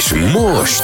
És most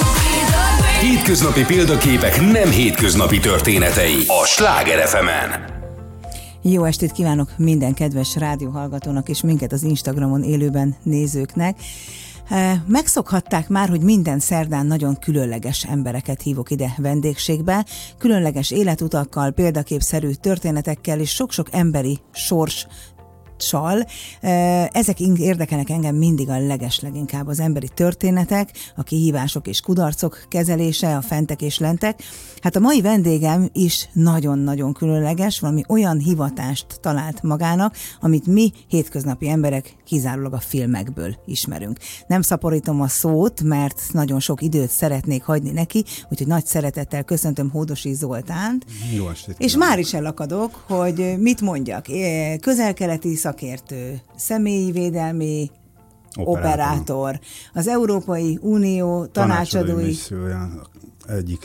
hétköznapi példaképek nem hétköznapi történetei a Sláger FM-en. Jó estét kívánok minden kedves rádióhallgatónak és minket az Instagramon élőben nézőknek. Megszokhatták már, hogy minden szerdán nagyon különleges embereket hívok ide vendégségbe, különleges életutakkal, példaképszerű történetekkel és sok-sok emberi sorssal. Ezek érdekelnek engem mindig a leginkább az emberi történetek, a kihívások és kudarcok kezelése, a fentek és lentek. Hát a mai vendégem is nagyon-nagyon különleges, valami olyan hivatást talált magának, amit mi hétköznapi emberek kizárólag a filmekből ismerünk. Nem szaporítom a szót, mert nagyon sok időt szeretnék hagyni neki, úgyhogy nagy szeretettel köszöntöm Hódosi Zoltánt. Jó estét! És már is elakadok, hogy mit mondjak. Közel-keleti szakértő, személyi védelmi operátor, az Európai Unió tanácsadói egyik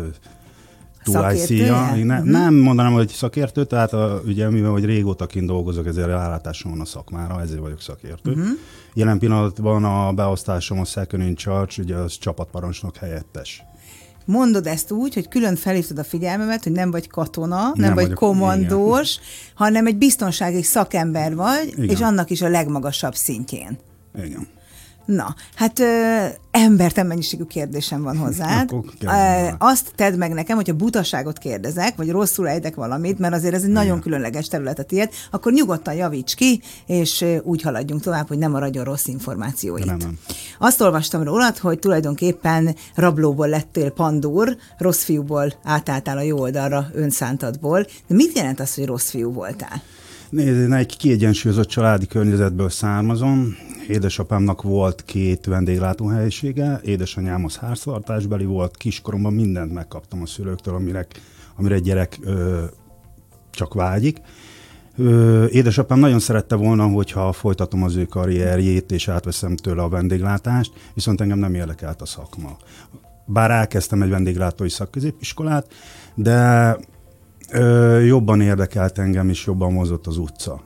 túlájszíja. Nem mondanám, hogy szakértő, tehát ugye mivel hogy régóta kint dolgozok, ezért rálátásom van a szakmára, ezért vagyok szakértő. Jelen pillanatban a beosztásom a second in charge, ugye az csapatparancsnok helyettes. Mondod ezt úgy, hogy külön felhívtad a figyelmemet, hogy nem vagy katona, nem vagy kommandós, hanem egy biztonsági szakember vagy, igen. És annak is a legmagasabb szintjén. Igen. Na, hát embertelen mennyiségű kérdésem van hozzád. Azt tedd meg nekem, hogyha butaságot kérdezek, vagy rosszul ejtek valamit, mert azért ez egy nagyon különleges terület a tiéd, akkor nyugodtan javíts ki, és úgy haladjunk tovább, hogy nem maradjon rossz információ itt. Nem. Azt olvastam rólad, hogy tulajdonképpen rablóból lettél pandúr, rossz fiúból átálltál a jó oldalra önszántadból. De mit jelent az, hogy rossz fiú voltál? Nézd, én egy kiegyensúlyozott családi környezetből származom. Édesapámnak volt 2 vendéglátóhelyisége, édesanyám az háztartásbeli volt, kiskoromban mindent megkaptam a szülőktől, amire egy gyerek csak vágyik. Édesapám nagyon szerette volna, hogyha folytatom az ő karrierjét, és átveszem tőle a vendéglátást, viszont engem nem érdekelt a szakma. Bár elkezdtem egy vendéglátói szakközépiskolát, de jobban érdekelt engem, és jobban mozott az utca.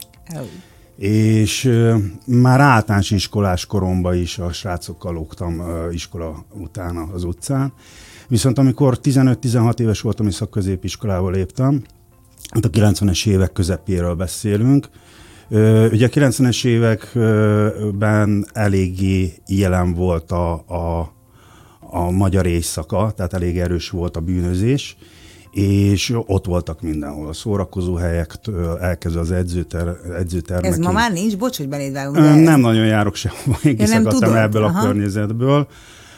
És már általános iskolás koromban is a srácokkal lógtam iskola után az utcán. Viszont amikor 15-16 éves voltam, és szakközépiskolába léptem, hát a 90-es évek közepéről beszélünk. Ugye a 90-es években eléggé jelen volt a magyar éjszaka, tehát elég erős volt a bűnözés, és ott voltak mindenhol, a szórakozóhelyektől elkezdve az edzőtermekig. Ez ma már nincs? Bocs, hogy beléd vágunk. Nem nagyon járok sehova, én kiszakadtam ebből a környezetből.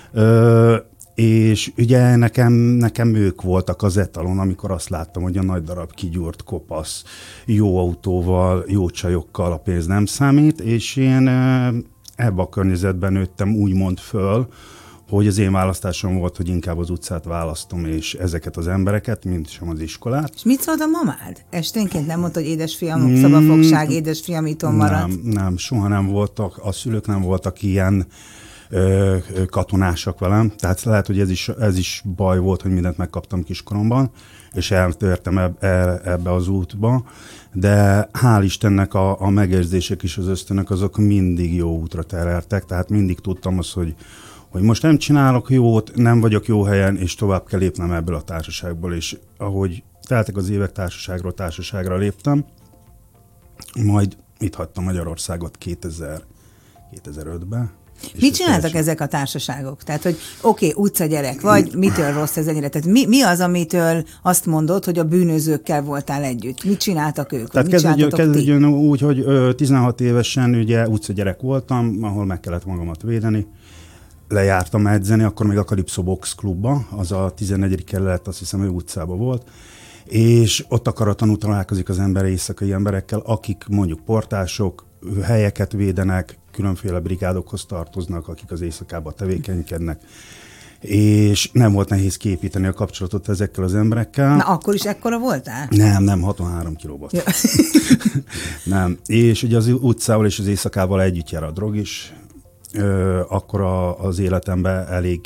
És ugye nekem ők voltak az etalon, amikor azt láttam, hogy a nagy darab kigyúrt kopasz, jó autóval, jó csajokkal a pénz nem számít, és én ebben a környezetben nőttem úgymond föl, hogy az én választásom volt, hogy inkább az utcát választom, és ezeket az embereket, mint sem az iskolát. És mit szólt a mamád? Esténként nem mondta, hogy édesfiam, szabafogság, édesfiam, itthon maradt? Nem, soha nem voltak, a szülők nem voltak ilyen katonásak velem, tehát lehet, hogy ez is baj volt, hogy mindent megkaptam kiskoromban, és eltértem ebbe az útba, de hál' Istennek a megérzések és az ösztönök azok mindig jó útra tereltek, tehát mindig tudtam azt, hogy most nem csinálok jót, nem vagyok jó helyen, és tovább kell lépnem ebből a társaságból, és ahogy teltek az évek, társaságról társaságra léptem, majd itt hagytam Magyarországot 2005-ben. Mit csináltak ezek a társaságok? Tehát, hogy oké, utcagyerek vagy, mitől rossz ez ennyire? Tehát mi az, amitől azt mondod, hogy a bűnözőkkel voltál együtt? Mit csináltak ők? Tehát kezdődjön úgy, hogy 16 évesen ugye utcagyerek voltam, ahol meg kellett magamat védeni. Lejártam edzeni, akkor még a Calypso Box klubba, az a 14. kerület, azt hiszem, hogy utcában volt, és ott akaratlanul találkozik az ember éjszakai emberekkel, akik mondjuk portások, helyeket védenek, különféle brigádokhoz tartoznak, akik az éjszakában tevékenykednek, és nem volt nehéz kiépíteni a kapcsolatot ezekkel az emberekkel. Na, akkor is ekkora voltál? Nem, 63 kiló volt. Ja. Nem, és ugye az utcával és az éjszakával együtt jár a drog is, akkor az életemben elég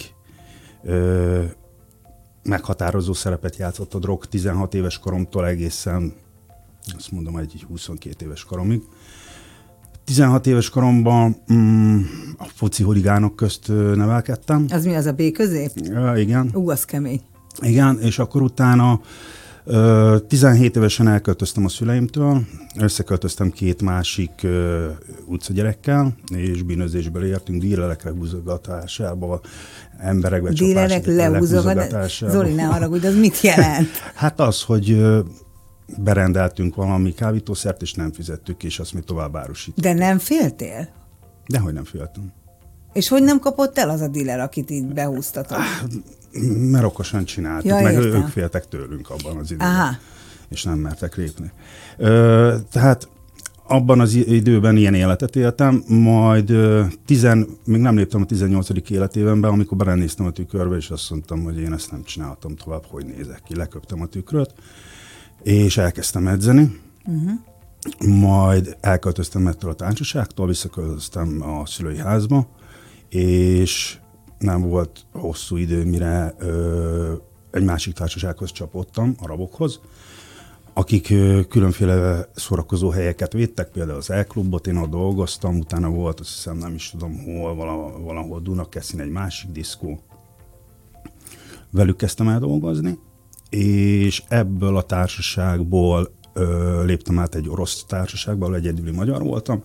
meghatározó szerepet játszott a drog 16 éves koromtól egészen, azt mondom, egy 22 éves koromig. 16 éves koromban a foci huligánok közt nevelkedtem. Az mi, az a B közép? Igen. Az kemény. Igen, és akkor utána 17 évesen elköltöztem a szüleimtől, összeköltöztem 2 másik utcagyerekkel, és bűnözésből értünk, dílerekre húzogatásába, emberekbe dílerek lehúzogatásába. Zoli, ne haragudj, az mit jelent? Hát az, hogy berendeltünk valami kábítószert, és nem fizettük, és azt mi tovább árusítottuk. De nem féltél? Dehogy nem féltem. És hogy nem kapott el az a díler, akit így behúztatok? Mert okosan csináltuk, meg ők féltek tőlünk abban az időben. Aha. És nem mertek lépni. Tehát abban az időben ilyen életet éltem, majd még nem léptem a 18. életévenbe, amikor belenéztem a tükörbe, és azt mondtam, hogy én ezt nem csináltam tovább, hogy nézek ki. Leköptem a tükröt, és elkezdtem edzeni. Majd elköltöztem ettől a társaságtól, visszaköltöztem a szülői házba, és nem volt hosszú idő, mire egy másik társasághoz csapottam, a rabokhoz, akik különféle szórakozó helyeket védtek, például az E-klubot, én ott dolgoztam, utána volt, azt hiszem nem is tudom hol, valahol Dunakeszin egy másik diszkó. Velük kezdtem el dolgozni, és ebből a társaságból léptem át egy orosz társaságba, ahol egyedüli magyar voltam.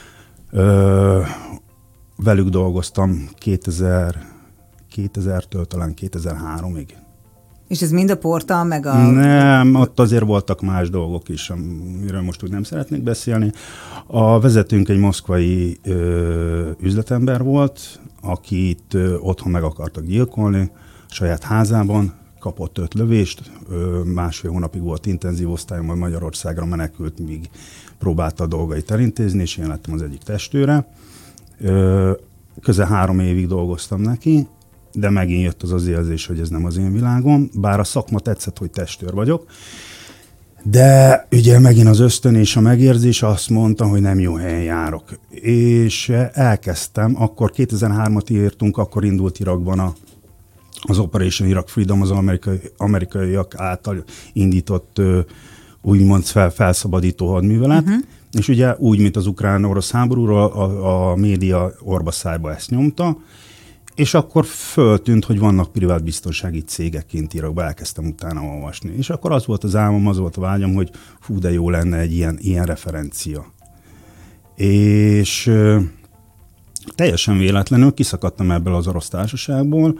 Velük dolgoztam 2000-től talán 2003-ig. És ez mind a portal, meg a... Nem, ott azért voltak más dolgok is, amiről most úgy nem szeretnék beszélni. A vezetőnk egy moszkvai üzletember volt, akit otthon meg akartak gyilkolni, a saját házában, kapott 5 lövést, 1,5 hónapig volt intenzív osztályon, majd Magyarországra menekült, míg próbálta a dolgait elintézni, és én lettem az egyik testőre. Közel 3 évig dolgoztam neki, de megint jött az érzés, hogy ez nem az én világom, bár a szakma tetszett, hogy testőr vagyok, de ugye megint az ösztön és a megérzés azt mondta, hogy nem jó helyen járok. És elkezdtem, akkor 2003-at írtunk, akkor indult Irakban az Operation Iraq Freedom, az amerikaiak által indított úgymond felszabadító hadművelet, és ugye úgy, mint az ukrán-orosz háborúról, a média orba-szájba ezt nyomta, és akkor föltűnt, hogy vannak privát biztonsági cégek kint Irakban, elkezdtem utána olvasni. És akkor az volt az álmom, az volt a vágyam, hogy fú, de jó lenne egy ilyen referencia. És teljesen véletlenül kiszakadtam ebből az orosz társaságból.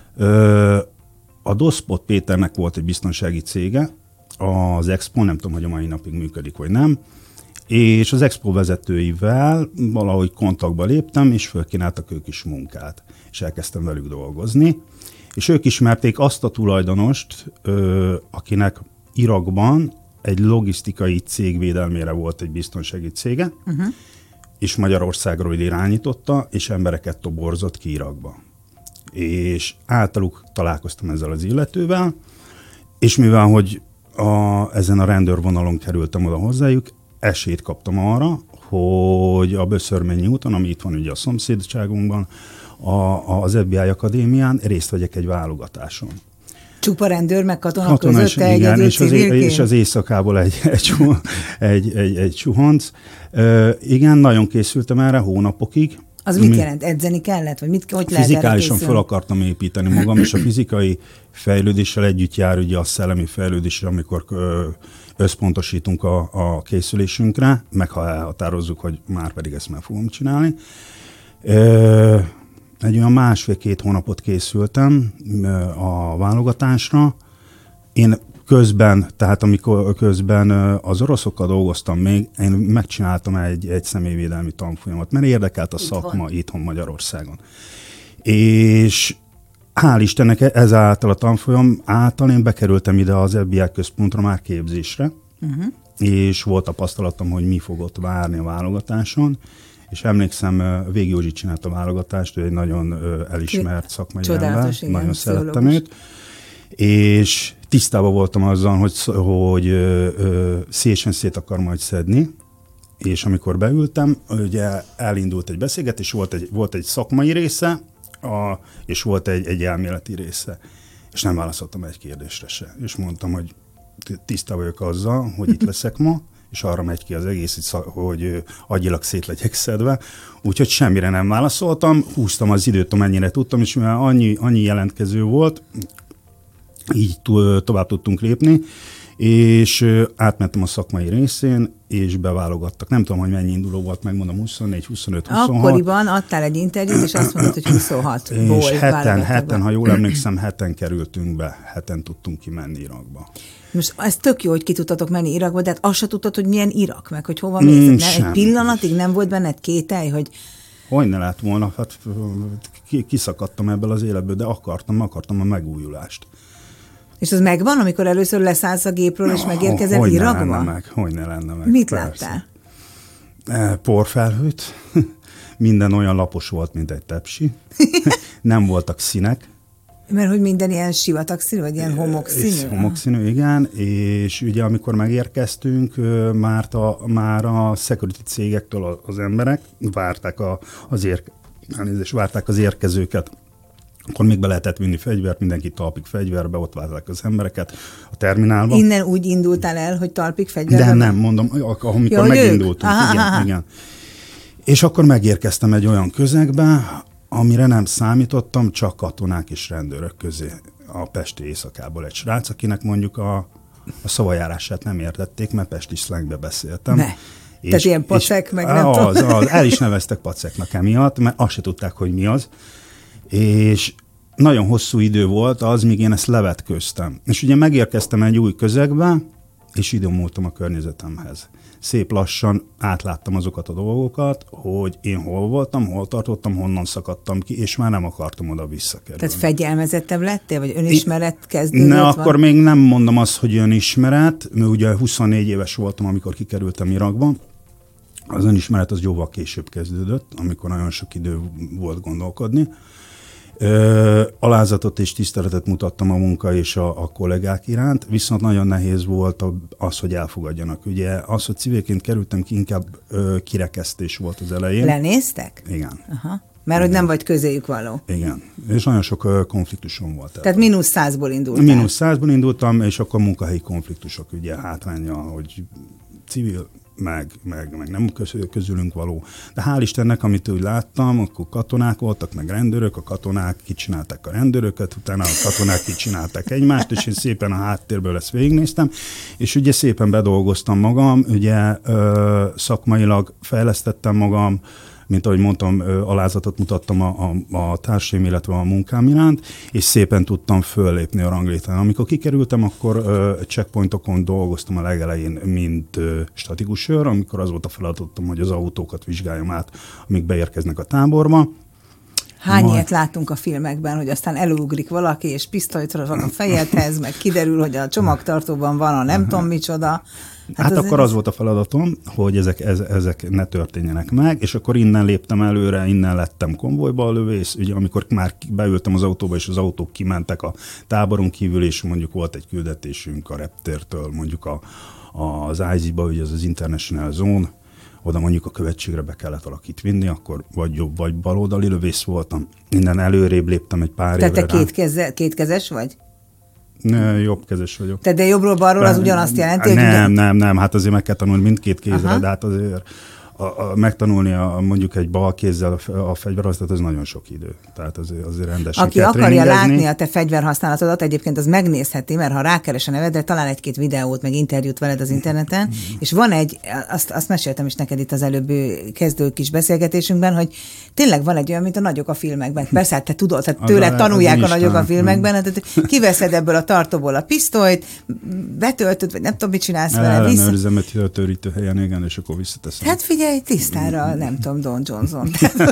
A Doszpot Péternek volt egy biztonsági cége, az Expo, nem tudom, hogy a mai napig működik, vagy nem, és az Expo vezetőivel valahogy kontaktba léptem, és fölkínáltak ők is munkát, és elkezdtem velük dolgozni, és ők ismerték azt a tulajdonost, akinek Irakban egy logisztikai cég védelmére volt egy biztonsági cége, és Magyarországról irányította, és embereket toborzott ki Irakba. És általuk találkoztam ezzel az illetővel, és mivel, hogy ezen a rendőrvonalon kerültem oda hozzájuk, esélyt kaptam arra, hogy a Böszörményi úton, ami itt van ugye a szomszédságunkban, az FBI Akadémián részt vegyek egy válogatáson. Csupa rendőr, meg katona között egyedül civilként? És az éjszakából egy suhanc. Igen, nagyon készültem erre hónapokig. Az mit jelent? Edzeni kellett? Vagy hogy lehet fizikálisan fel akartam építeni magam, és a fizikai fejlődéssel együtt jár ugye a szellemi fejlődésre, amikor összpontosítunk a készülésünkre, meg ha elhatározzuk, hogy már pedig ezt meg fogom csinálni. Egy olyan 1,5-2 hónapot készültem a válogatásra. Én amikor közben az oroszokkal dolgoztam még, én megcsináltam egy személyvédelmi tanfolyamat, mert érdekelt a szakma itthon Magyarországon. És hál' Istennek ezáltal a tanfolyam által én bekerültem ide az FBI központra már képzésre, és volt tapasztalatom, hogy mi fogott várni a válogatáson, és emlékszem, Vég Józsi csinált a válogatást, ő egy nagyon elismert szakmai ember, nagyon szerettem őt, és tisztában voltam azzal, hogy szét akar majd szedni, és amikor beültem, ugye elindult egy beszélgetés, volt egy szakmai része, és volt egy elméleti része, és nem válaszoltam egy kérdésre se. És mondtam, hogy tisztában vagyok azzal, hogy itt leszek ma, és arra megy ki az egész, hogy agyilag szét legyek szedve. Úgyhogy semmire nem válaszoltam, húztam az időt, amennyire tudtam, és mivel annyi jelentkező volt, így tovább tudtunk lépni, és átmentem a szakmai részén, és beválogattak. Nem tudom, hogy mennyi induló volt, megmondom, 24, 25, 26. Akkoriban adtál egy interjút, és azt mondtad, hogy 26-ból és heten, ha jól emlékszem, heten kerültünk be, heten tudtunk kimenni Irakba. Most ez tök jó, hogy ki tudtatok menni Irakba, de hát azt se tudtad, hogy milyen Irak, meg hogy hova mész. Egy pillanatig nem volt benned kételj, hogy... Hogy ne lett volna, hát kiszakadtam ebből az életből, de akartam a megújulást. És az megvan, amikor először leszállsz a gépről, és megérkezel Irakba? Hogy ne lenne meg. Mit láttál? Porfelhőt. Minden olyan lapos volt, mint egy tepsi. Nem voltak színek. Mert hogy minden ilyen sivatagszínű, vagy ilyen homokszínű? Homokszínű, igen. És ugye amikor megérkeztünk, már a security cégektől az emberek várták az érkezőket. Akkor még be lehetett vinni fegyvert, mindenki talpig fegyverbe, ott várták az embereket a terminálba. Innen úgy indultál el, hogy talpig fegyverbe? De nem, mondom, amikor megindultunk. Igen. És akkor megérkeztem egy olyan közegbe, amire nem számítottam, csak katonák és rendőrök közé a pesti éjszakából egy srác, akinek mondjuk a szavajárását nem értették, mert pesti szlengbe beszéltem. Tehát ilyen pacek, meg nem tudom. El is neveztek paceknak emiatt, mert azt se tudták, hogy mi az. És nagyon hosszú idő volt az, míg én ezt levetköztem. És ugye megérkeztem egy új közegbe, és idomultam a környezetemhez. Szép lassan átláttam azokat a dolgokat, hogy én hol voltam, hol tartottam, honnan szakadtam ki, és már nem akartam oda visszakerülni. Tehát fegyelmezettebb lettél, vagy önismeret kezdődött? Akkor még nem mondom azt, hogy önismeret, mert ugye 24 éves voltam, amikor kikerültem Irakba. Az önismeret az jóval később kezdődött, amikor nagyon sok idő volt gondolkodni. Alázatot és tiszteletet mutattam a munka és a kollégák iránt, viszont nagyon nehéz volt az, hogy elfogadjanak. Ugye az, hogy civilként kerültem ki, inkább kirekesztés volt az elején. Lenéztek? Igen. Aha. Mert hogy nem vagy közéjük való. Igen. És nagyon sok konfliktusom volt. Tehát -100-ból indultál? -100-ból indultam, és akkor munkahelyi konfliktusok, ugye hátránya, hogy civil, meg nem közülünk való. De hál' Istennek, amit úgy láttam, akkor katonák voltak, meg rendőrök, a katonák kicsinálták a rendőröket, utána a katonák kicsinálták egymást, és én szépen a háttérből ezt végignéztem, és ugye szépen bedolgoztam magam, ugye szakmailag fejlesztettem magam, mint ahogy mondtam, alázatot mutattam a társaim, illetve a munkám iránt, és szépen tudtam föllépni a ranglétrán. Amikor kikerültem, akkor checkpointokon dolgoztam a legelején, mint statikus őr, amikor az volt a feladatom, hogy az autókat vizsgáljam át, amik beérkeznek a táborba. Hány ilyet látunk a filmekben, hogy aztán elugrik valaki, és pisztolyt rak a fejedhez, meg kiderül, hogy a csomagtartóban van a nem tudom micsoda. Hát akkor az volt a feladatom, hogy ezek ne történjenek meg, és akkor innen léptem előre, innen lettem konvojba a lövész, ugye amikor már beültem az autóba, és az autók kimentek a táboron kívül, és mondjuk volt egy küldetésünk a reptértől, mondjuk az IZ-ba, ugye az International Zone, oda mondjuk a követségre be kellett valakit vinni, akkor vagy jobb, vagy baloldali lövész voltam. Innen előrébb léptem egy pár évre. Te kétkezes vagy? Jobbkezes vagyok. De jobbról-balról az ugyanazt jelenti? Nem, hát azért meg kell tanulni mindkét kézre, de hát azért megtanulni mondjuk egy bal kézzel a fegyverhasználatot, az nagyon sok idő. Tehát azért rendesen Aki akarja látni a te fegyverhasználatodat, egyébként az megnézheti, mert ha rákeres a nevedre, talál egy-két videót, meg interjút veled az interneten, és van azt meséltem is neked itt az előbbi kezdő kis beszélgetésünkben, hogy tényleg van egy olyan, mint a nagyok a filmekben. Persze, hát te tudod, hát tőled tanulják a nagyok a filmekben, hát kiveszed ebből a tartóból a pisztolyt, betöltöd, vagy nem tudom, mit csinálsz vele. Ellenőrzem egy törítő helyen, igen, és akkor visszateszem. Hát figyelj, tisztára, nem tudom, Don Johnson.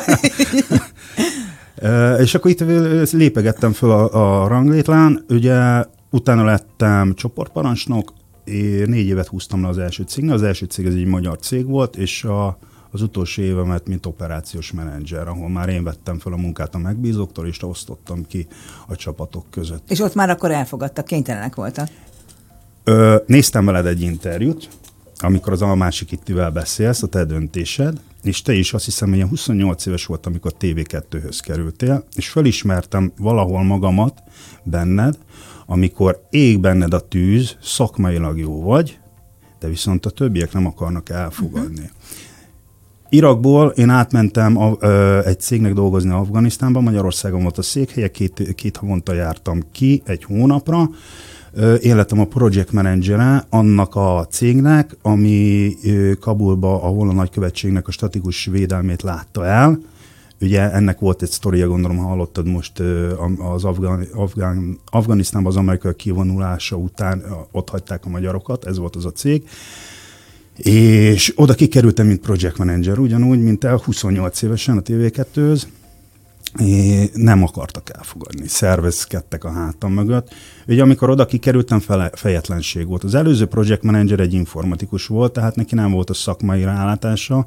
És akkor itt lépegettem föl a ranglétrán, ugye utána lettem csoportparancsnok, 4 évet húztam le az első cégnél, az első cég ez egy magyar cég volt, és az utolsó évemet, mint operációs menedzser, ahol már én vettem fel a munkát a megbízóktól, és osztottam ki a csapatok között. És ott már akkor elfogadtak, kénytelenek voltak? Néztem veled egy interjút, amikor az Almási Kittivel beszélsz, a te döntésed, és te is azt hiszem, hogy 28 éves volt, amikor TV2-höz kerültél, és felismertem valahol magamat benned, amikor ég benned a tűz, szakmailag jó vagy, de viszont a többiek nem akarnak elfogadni. Irakból én átmentem egy cégnek dolgozni Afganisztánban, Magyarországon volt a székhelye, két havonta jártam ki egy hónapra. Én lettem a project managere annak a cégnek, ami Kabulba, ahol a nagykövetségnek a statikus védelmét látta el. Ugye ennek volt egy sztoria, gondolom, hallottad most az Afganisztánban az amerikai kivonulása után ott hagyták a magyarokat, ez volt az a cég. És oda kikerültem, mint project manager, ugyanúgy, mint 28 évesen a TV2-höz, nem akartak elfogadni, szervezkedtek a hátam mögött. Ugye amikor oda kikerültem, fejetlenség volt. Az előző project manager egy informatikus volt, tehát neki nem volt a szakmai rálátása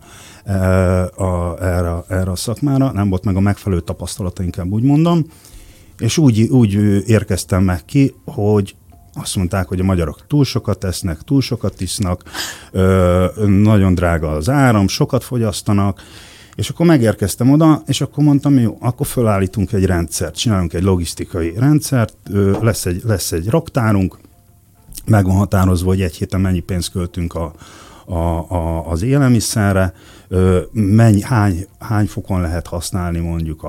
erre a szakmára, nem volt meg a megfelelő tapasztalata, inkább úgy mondom, és úgy érkeztem meg ki, hogy azt mondták, hogy a magyarok túl sokat tesznek, túl sokat isznak, nagyon drága az áram, sokat fogyasztanak, és akkor megérkeztem oda, és akkor mondtam, jó, akkor fölállítunk egy rendszert, csinálunk egy logisztikai rendszert, lesz egy raktárunk, meg van határozva, hogy egy héten mennyi pénzt költünk az élelmiszerre, hány fokon lehet használni mondjuk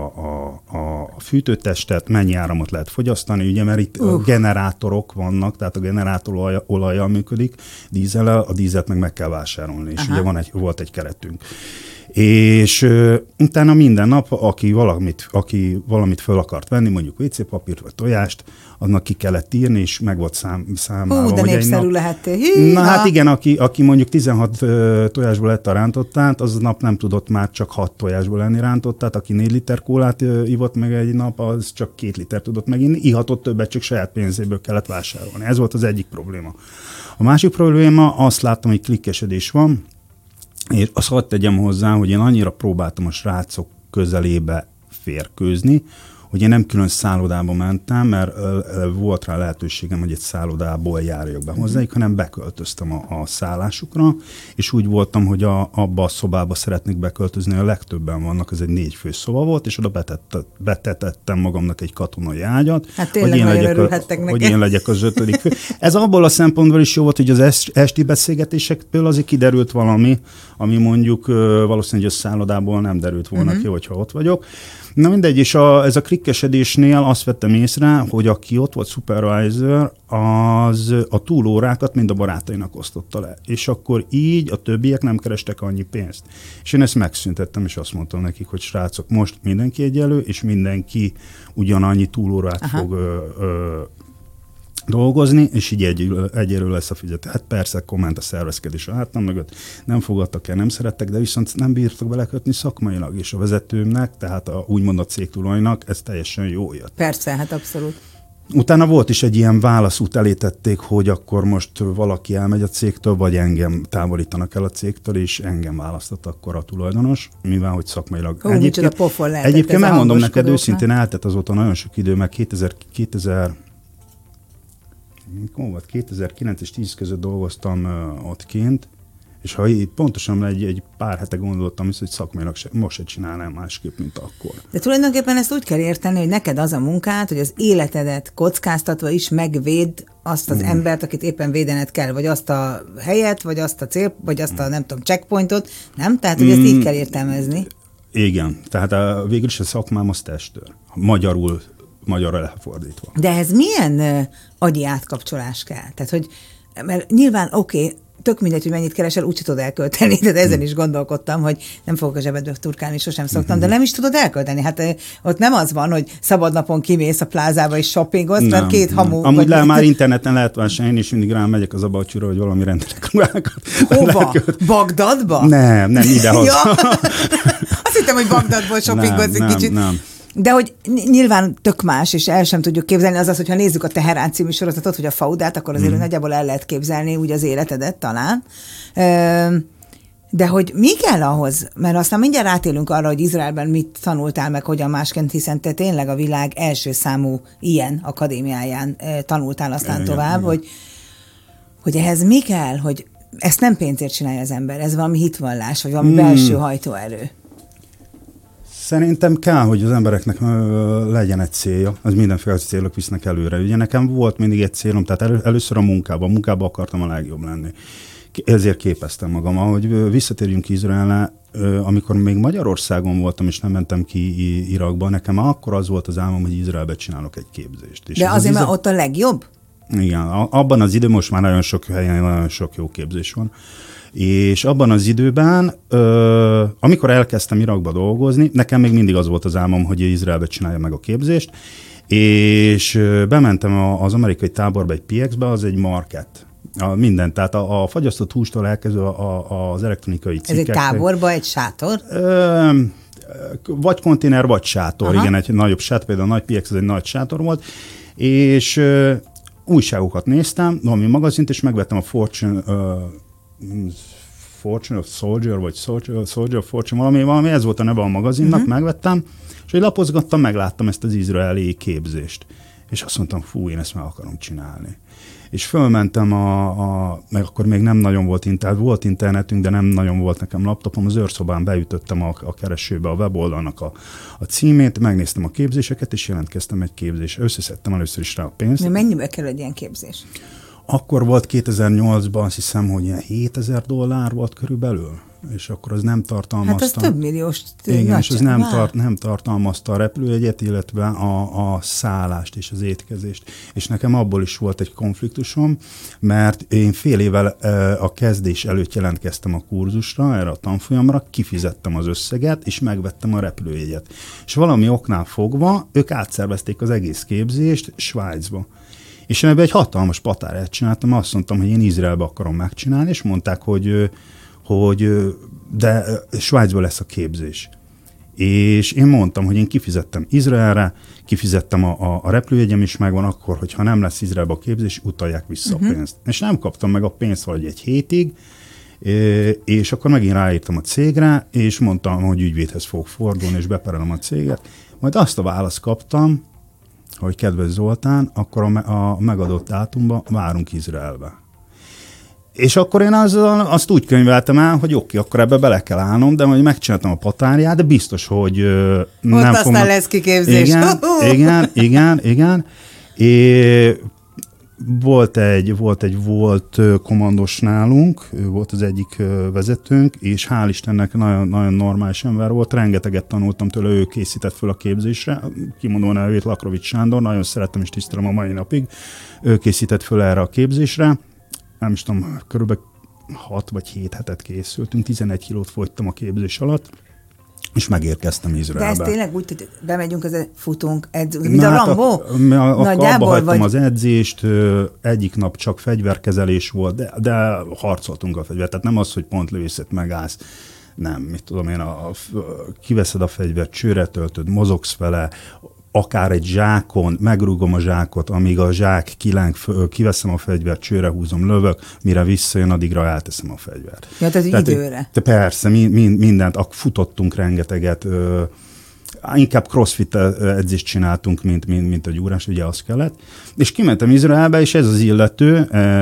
a fűtőtestet, mennyi áramot lehet fogyasztani, ugye, mert itt generátorok vannak, tehát a generátor olajjal működik, dízellel, a dízelt meg kell vásárolni, és ugye volt egy keretünk. És utána minden nap, aki valamit föl akart venni, mondjuk WC-papírt vagy tojást, annak ki kellett írni, és meg volt számálva. De népszerű lehettél. Na hát igen, aki mondjuk 16 tojásból lett a rántottát, az nap nem tudott már csak 6 tojásból lenni rántottát, aki 4 liter kólát ivott meg egy nap, az csak 2 liter tudott meginni, ihatott többet, csak saját pénzéből kellett vásárolni. Ez volt az egyik probléma. A másik probléma, azt láttam, hogy klikkesedés van, és azt hadd tegyem hozzá, hogy én annyira próbáltam a srácok közelébe férkőzni, hogy én nem külön szállodába mentem, mert volt rá lehetőségem, hogy egy szállodából járjak be hozzájuk, hanem beköltöztem a szállásukra, és úgy voltam, hogy abba a szobába szeretnék beköltözni, a legtöbben vannak, ez egy 4 fő szoba volt, és oda betetettem magamnak egy katonai ágyat, hát tényleg, hogy én legyek az 5. fő. Ez abból a szempontból is jó volt, hogy az esti beszélgetésekből azért kiderült valami, ami mondjuk valószínűleg a szállodából nem derült volna ki, hogyha ott vagyok. Na mindegy, és ez a klikkesedésnél azt vettem észre, hogy aki ott volt supervisor, az a túlórákat mind a barátainak osztotta le. És akkor így a többiek nem kerestek annyi pénzt. És én ezt megszüntettem, és azt mondtam nekik, hogy srácok, most mindenki egyenlő, és mindenki ugyanannyi túlórát fog dolgozni, és így egyelő lesz a fizetés. Hát persze, komment a szervezkedés a hátam mögött, nem fogadtak el, nem szerettek, de viszont nem bírtak belekötni szakmailag, és a vezetőmnek, tehát úgymond a cégtulajnak ez teljesen jó jött. Persze, hát abszolút. Utána volt is egy ilyen válaszút, elé tették, hogy akkor most valaki elmegy a cégtől, vagy engem távolítanak el a cégtől, és engem választott akkor a tulajdonos, mivel hogy szakmailag. Egyébként megmondom neked őszintén, eltett azóta nagyon sok idő, meg 2009 és 10 között dolgoztam ott kint, és ha így pontosan egy pár hete gondoltam is, hogy szakmailag most se csinálnám másképp, mint akkor. De tulajdonképpen ezt úgy kell érteni, hogy neked az a munkád, hogy az életedet kockáztatva is megvéd azt az embert, akit éppen védened kell, vagy azt a helyet, vagy azt a cél, vagy azt a nem tudom, checkpointot, nem? Tehát, hogy ezt így kell értelmezni. Igen, tehát végül is a szakmám az testőr. Magyarra lefordítva. De ehhez milyen agyi átkapcsolás kell? Tehát, hogy, mert nyilván oké, tök mindegy, hogy mennyit keresel, úgy tudod elkölteni, tehát ezen is gondolkodtam, hogy nem fogok a zsebedbe turkálni, sosem szoktam, de nem is tudod elkölteni. Hát ott nem az van, hogy szabad napon kimész a plázába és shoppingolsz, mert 2 hamu... Amúgy már interneten lehet vásárolni, én is mindig rám megyek az abacsúra, hogy valami rendelek ruhákat. Hova? Bagdadba? Nem, idehaza. Ja. Azt hittem, hogy Bagdadból shoppingolsz egy kicsit. Nem. De hogy nyilván tök más, és el sem tudjuk képzelni, az, hogyha nézzük a Teherán című sorozatot, hogy a Faudát, akkor azért nagyjából el lehet képzelni úgy az életedet talán. De hogy mi kell ahhoz? Mert aztán mindjárt rátélünk arra, hogy Izraelben mit tanultál meg, hogyan másként, hiszen te tényleg a világ első számú ilyen akadémiáján tanultál aztán tovább, hogy ehhez mi kell, hogy ezt nem pénzért csinálja az ember, ez valami hitvallás, vagy valami belső hajtóerő. Szerintem kell, hogy az embereknek legyen egy célja, az mindenféle célok visznek előre. Ugye nekem volt mindig egy célom, tehát először a munkában akartam a legjobb lenni. Ezért képeztem magam. Ahogy visszatérjünk Izraelre, amikor még Magyarországon voltam, és nem mentem ki Irakba, nekem akkor az volt az álmom, hogy Izraelbe csinálok egy képzést. És de azért már ott a legjobb? Igen, abban az időben most már nagyon sok helyen, nagyon sok jó képzés van. És abban az időben, amikor elkezdtem Irakba dolgozni, nekem még mindig az volt az álmom, hogy Izraelbe csinálja meg a képzést, és bementem az amerikai táborba, egy PX-be, az egy market. Minden, tehát a fagyasztott hústól elkezdve az elektronikai cikkek. Ez egy táborba, egy sátor? Vagy konténer, vagy sátor. Aha. Igen, egy nagyobb sátor, például a nagy PX, ez egy nagy sátor volt, és újságokat néztem, valami magazint, és megvettem a Fortune of Soldier, vagy Soldier of Fortune, valami, ez volt a neve a magazinnak, megvettem, és hogy lapozgattam, megláttam ezt az izraeli képzést. És azt mondtam, fú, én ezt meg akarom csinálni. És fölmentem meg akkor még nem nagyon volt internetünk, de nem nagyon volt nekem laptopom, az őrszobán beütöttem a keresőbe a weboldalnak a címét, megnéztem a képzéseket, és jelentkeztem egy képzésre. Összeszedtem először is rá a pénzt. De mennyibe kell egy ilyen képzés? Akkor volt 2008-ban, azt hiszem, hogy ilyen $7000 volt körülbelül, és akkor az nem tartalmazta... Hát ez több milliós. Igen, és az nem tartalmazta a repülőjegyet, illetve a szállást és az étkezést. És nekem abból is volt egy konfliktusom, mert én fél évvel a kezdés előtt jelentkeztem a kurzusra, erre a tanfolyamra, kifizettem az összeget, és megvettem a repülőjegyet. És valami oknál fogva, ők átszervezték az egész képzést Svájcba. És én ebben egy hatalmas patárát csináltam, azt mondtam, hogy én Izraelbe akarom megcsinálni, és mondták, hogy de Svájcban lesz a képzés. És én mondtam, hogy én kifizettem Izraelre, kifizettem a repülőjegyem is megvan, akkor, hogyha nem lesz Izraelbe a képzés, utalják vissza a pénzt. És nem kaptam meg a pénzt valahogy egy hétig, és akkor megint ráírtam a cégre, és mondtam, hogy ügyvédhez fogok fordulni, és beperelem a céget. Majd azt a választ kaptam, hogy kedves Zoltán, akkor a megadott dátumban várunk Izraelbe. És akkor én azt úgy könyveltem el, hogy oké, akkor ebbe bele kell állnom, de majd megcsináltam a patárját, de biztos, hogy nem fognak... Aztán lesz kiképzés. Igen. Volt egy komandos nálunk, ő volt az egyik vezetőnk, és hál' Istennek nagyon, nagyon normális ember volt, rengeteget tanultam tőle, ő készített föl a képzésre, kimondom a nevét, Lakrovics Sándor, nagyon szeretem és tisztelem a mai napig, ő készített föl erre a képzésre, nem is tudom, körülbelül 6 vagy 7 hetet készültünk, 11 kilót fogytam a képzés alatt, és megérkeztem Izraelbe. De ez tényleg úgy, hogy bemegyünk, futunk, edzünk, mint a Rambó? Abba hagytam az edzést, egyik nap csak fegyverkezelés volt, de harcoltunk a fegyvert. Tehát nem az, hogy pontlövészet megállsz, nem, mit tudom én, kiveszed a fegyvert, csőre töltöd, mozogsz vele, akár egy zsákon, megrúgom a zsákot, amíg a zsák kiláng, kiveszem a fegyvert, csőre húzom, lövök, mire visszajön, addigra elteszem a fegyvert. Ja, tehát időre. Persze, mindent, futottunk rengeteget, inkább crossfit edzést csináltunk, mint a gyúrás, ugye az kellett. És kimentem Izraelbe, és ez az illető,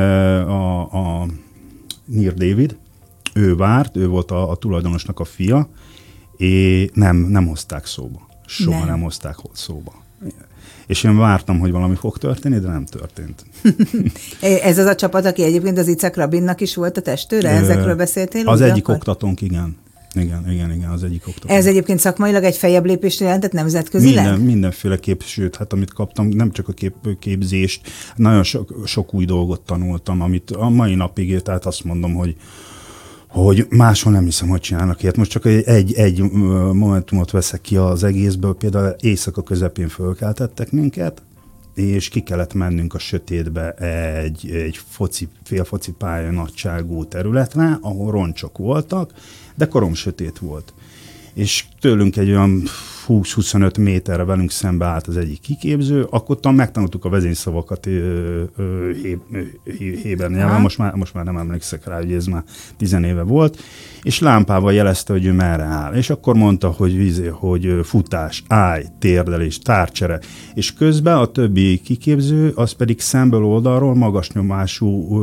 a Nir David, ő várt, ő volt a tulajdonosnak a fia, és nem hozták szóba. Soha nem hozták szóba. És én vártam, hogy valami fog történni, de nem történt. Ez az a csapat, aki egyébként az Icak Rabinnak is volt a testőre? Ezekről beszéltél? Az egyik oktatónk, igen. Igen, az egyik oktatónk. Ez egyébként szakmailag egy feljebb lépést jelentett nemzetközileg? Mindenféleképp, sőt, hát amit kaptam, nem csak a képzést, nagyon sok új dolgot tanultam, amit a mai napig, tehát azt mondom, hogy máshol nem hiszem, hogy csinálnak ilyet. Most csak egy momentumot veszek ki az egészből, például éjszaka közepén fölkeltettek minket, és ki kellett mennünk a sötétbe egy félfoci pálya nagyságú területre, ahol roncsok voltak, de koromsötét volt. És tőlünk egy olyan 20-25 méterre velünk szembe állt az egyik kiképző, akkor megtanultuk a vezényszavakat héber nyelven, most már nem emlékszek rá, hogy ez már 10 éve volt, és lámpával jelezte, hogy ő merre áll. És akkor mondta, hogy futás, állj, térdelés, tárcsere. És közben a többi kiképző, az pedig szemből oldalról magas nyomású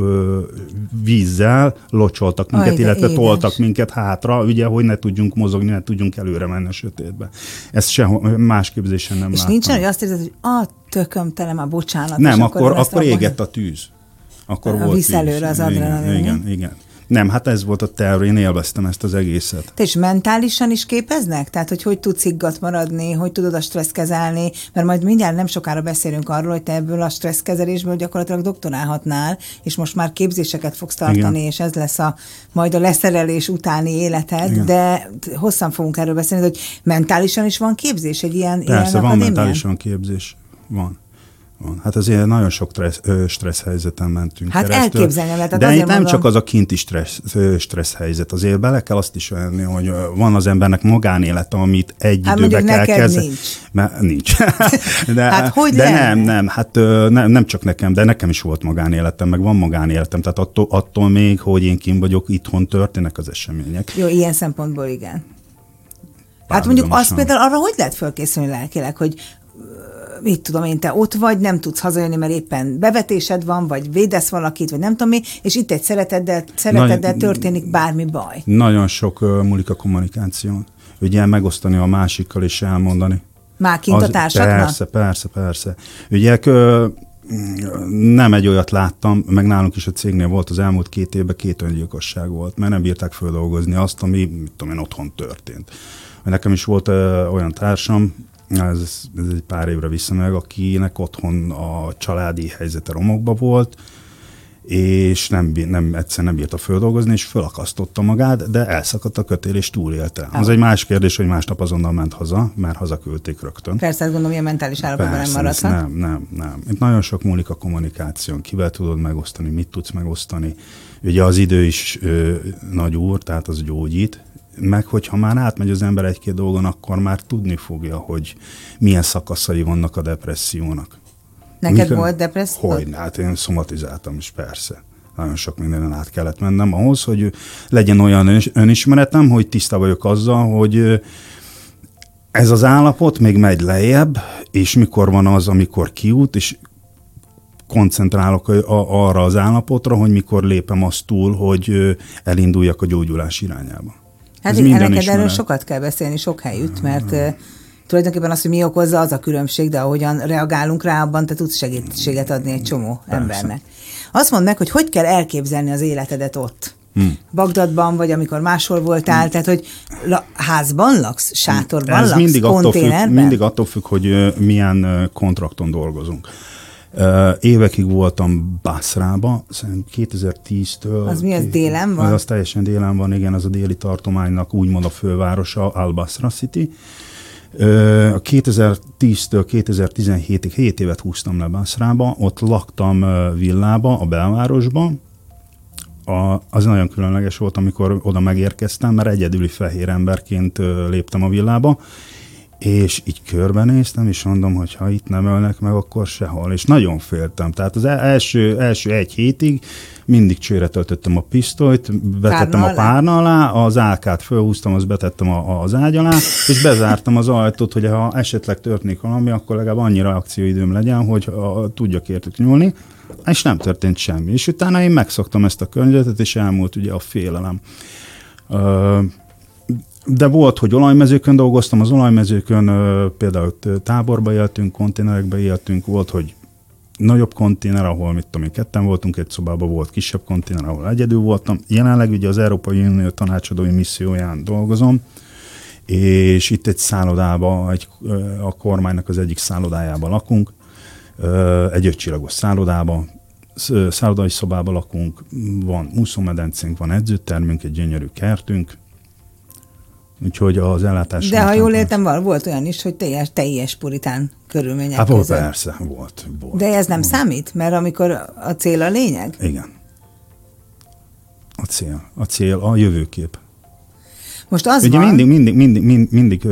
vízzel locsoltak minket, illetve toltak minket hátra, ugye, hogy ne tudjunk mozogni, ne tudjunk előre félre menni a sötétbe. Ezt sehol, más képzésen nem és láttam. nincsen, hogy azt érzed, hogy a tököm tele, már bocsánat. Nem, akkor égett a tűz. Akkor volt visz előre az adrenalin. Igen. Nem, hát ez volt a terv, én élveztem ezt az egészet. Te is mentálisan is képeznek? Tehát, hogy tudsz higgadt maradni, hogy tudod a stresszt kezelni, mert majd mindjárt nem sokára beszélünk arról, hogy te ebből a stresszkezelésből gyakorlatilag doktorálhatnál, és most már képzéseket fogsz tartani, és ez lesz majd a leszerelés utáni életed, igen. De hosszan fogunk erről beszélni, hogy mentálisan is van képzés egy ilyen Persze, van akadémián? mentálisan képzés. Van. Hát azért nagyon sok stressz helyzeten mentünk hát keresztül. Elképzelni lehet. De itt nem csak az a kinti stressz helyzet. Azért bele kell azt is venni, hogy van az embernek magánélete, amit egy időben kell kezdeni. Nincs. De, hát hogy de nem. Hát nem csak nekem, de nekem is volt magánéletem, meg van magánéletem. Tehát attól még, hogy én kint vagyok, itthon történnek az események. Jó, ilyen szempontból igen. Hát mondjuk azt például arra hogy lehet fölkészülni lelkileg, hogy mit tudom én, te ott vagy, nem tudsz hazajönni, mert éppen bevetésed van, vagy védesz valakit, vagy nem tudom mi, és itt egy szereteddel történik bármi baj. Nagyon sok múlik a kommunikáción. Ugye megosztani a másikkal és elmondani. Már kint a társaknak? Persze. Ugye nem egy olyat láttam, meg nálunk is a cégnél volt az elmúlt 2 évben 2 öngyilkosság volt, mert nem bírták földolgozni azt, ami, mit tudom én, otthon történt. Nekem is volt olyan társam, ez egy pár évre visszameg, akinek otthon a családi helyzete romokba volt, és egyszerűen nem bírta földolgozni, és fölakasztotta magát, de elszakadt a kötél, és túlélte. Az egy más kérdés, hogy másnap azonnal ment haza, mert hazaküldték rögtön. Persze, ezt gondolom, ilyen mentális állapotban nem maradhat. Nem. Itt nagyon sok múlik a kommunikáción. Kivel tudod megosztani, mit tudsz megosztani. Ugye az idő is nagy úr, tehát az gyógyít, meg hogyha már átmegy az ember 1-2 dolgon, akkor már tudni fogja, hogy milyen szakaszai vannak a depressziónak. Neked volt depresszió? Hogyne, hát én szomatizáltam is, persze. Nagyon sok mindenen át kellett mennem ahhoz, hogy legyen olyan önismeretem, hogy tiszta vagyok azzal, hogy ez az állapot még megy lejjebb, és mikor van az, amikor kiút, és koncentrálok arra az állapotra, hogy mikor lépem azt túl, hogy elinduljak a gyógyulás irányába. Hát igen, neked erről sokat kell beszélni, sok helyütt, mert tulajdonképpen az, hogy mi okozza, az a különbség, de ahogyan reagálunk rá, abban te tudsz segítséget adni egy csomó embernek. Azt mondd meg, hogy kell elképzelni az életedet ott. Bagdadban, vagy amikor máshol voltál, tehát hogy házban laksz, sátorban laksz, konténerben? Mindig attól függ, hogy milyen kontrakton dolgozunk. Évekig voltam Basrába, szerintem 2010-től. Az mi, az délen van? Az teljesen délen van, igen, az a déli tartománynak úgymond a fővárosa, Al-Basra City. 2010-től 2017-ig 7 évet húztam le Basrába, ott laktam villába, a belvárosba. Az nagyon különleges volt, amikor oda megérkeztem, mert egyedüli fehér emberként léptem a villába, és így körbenéztem, és mondom, hogy ha itt nem ölnek meg, akkor sehol. És nagyon féltem. Tehát az első 1 hétig mindig csőre töltöttem a pisztolyt, betettem a párna alá, az AK-t fölhúztam, azt betettem az ágy alá, és bezártam az ajtót, hogy ha esetleg történik valami, akkor legalább annyi reakcióidőm legyen, hogy tudjak értük nyúlni, és nem történt semmi. És utána én megszoktam ezt a környezetet, és elmúlt ugye a félelem. De volt, hogy olajmezőkön dolgoztam, az olajmezőkön például táborba éltünk, konténerekbe éltünk, volt, hogy nagyobb konténer, ahol mit tudom én, 2 voltunk egy szobában, volt kisebb konténer, ahol egyedül voltam. Jelenleg ugye az Európai Unió tanácsadói misszióján dolgozom, és itt egy szállodában, a kormánynak az egyik szállodájában lakunk, egy 5 csillagos szállodában, szállodai szobában lakunk, van úszómedencénk, van edzőtermünk, egy gyönyörű kertünk, úgyhogy az ellátás... De ha jól értem, volt olyan is, hogy teljes puritán körülmények között. Persze, volt. De ez nem számít? Mert amikor a cél a lényeg? Igen. A cél a jövőkép. Most az ugye van... mindig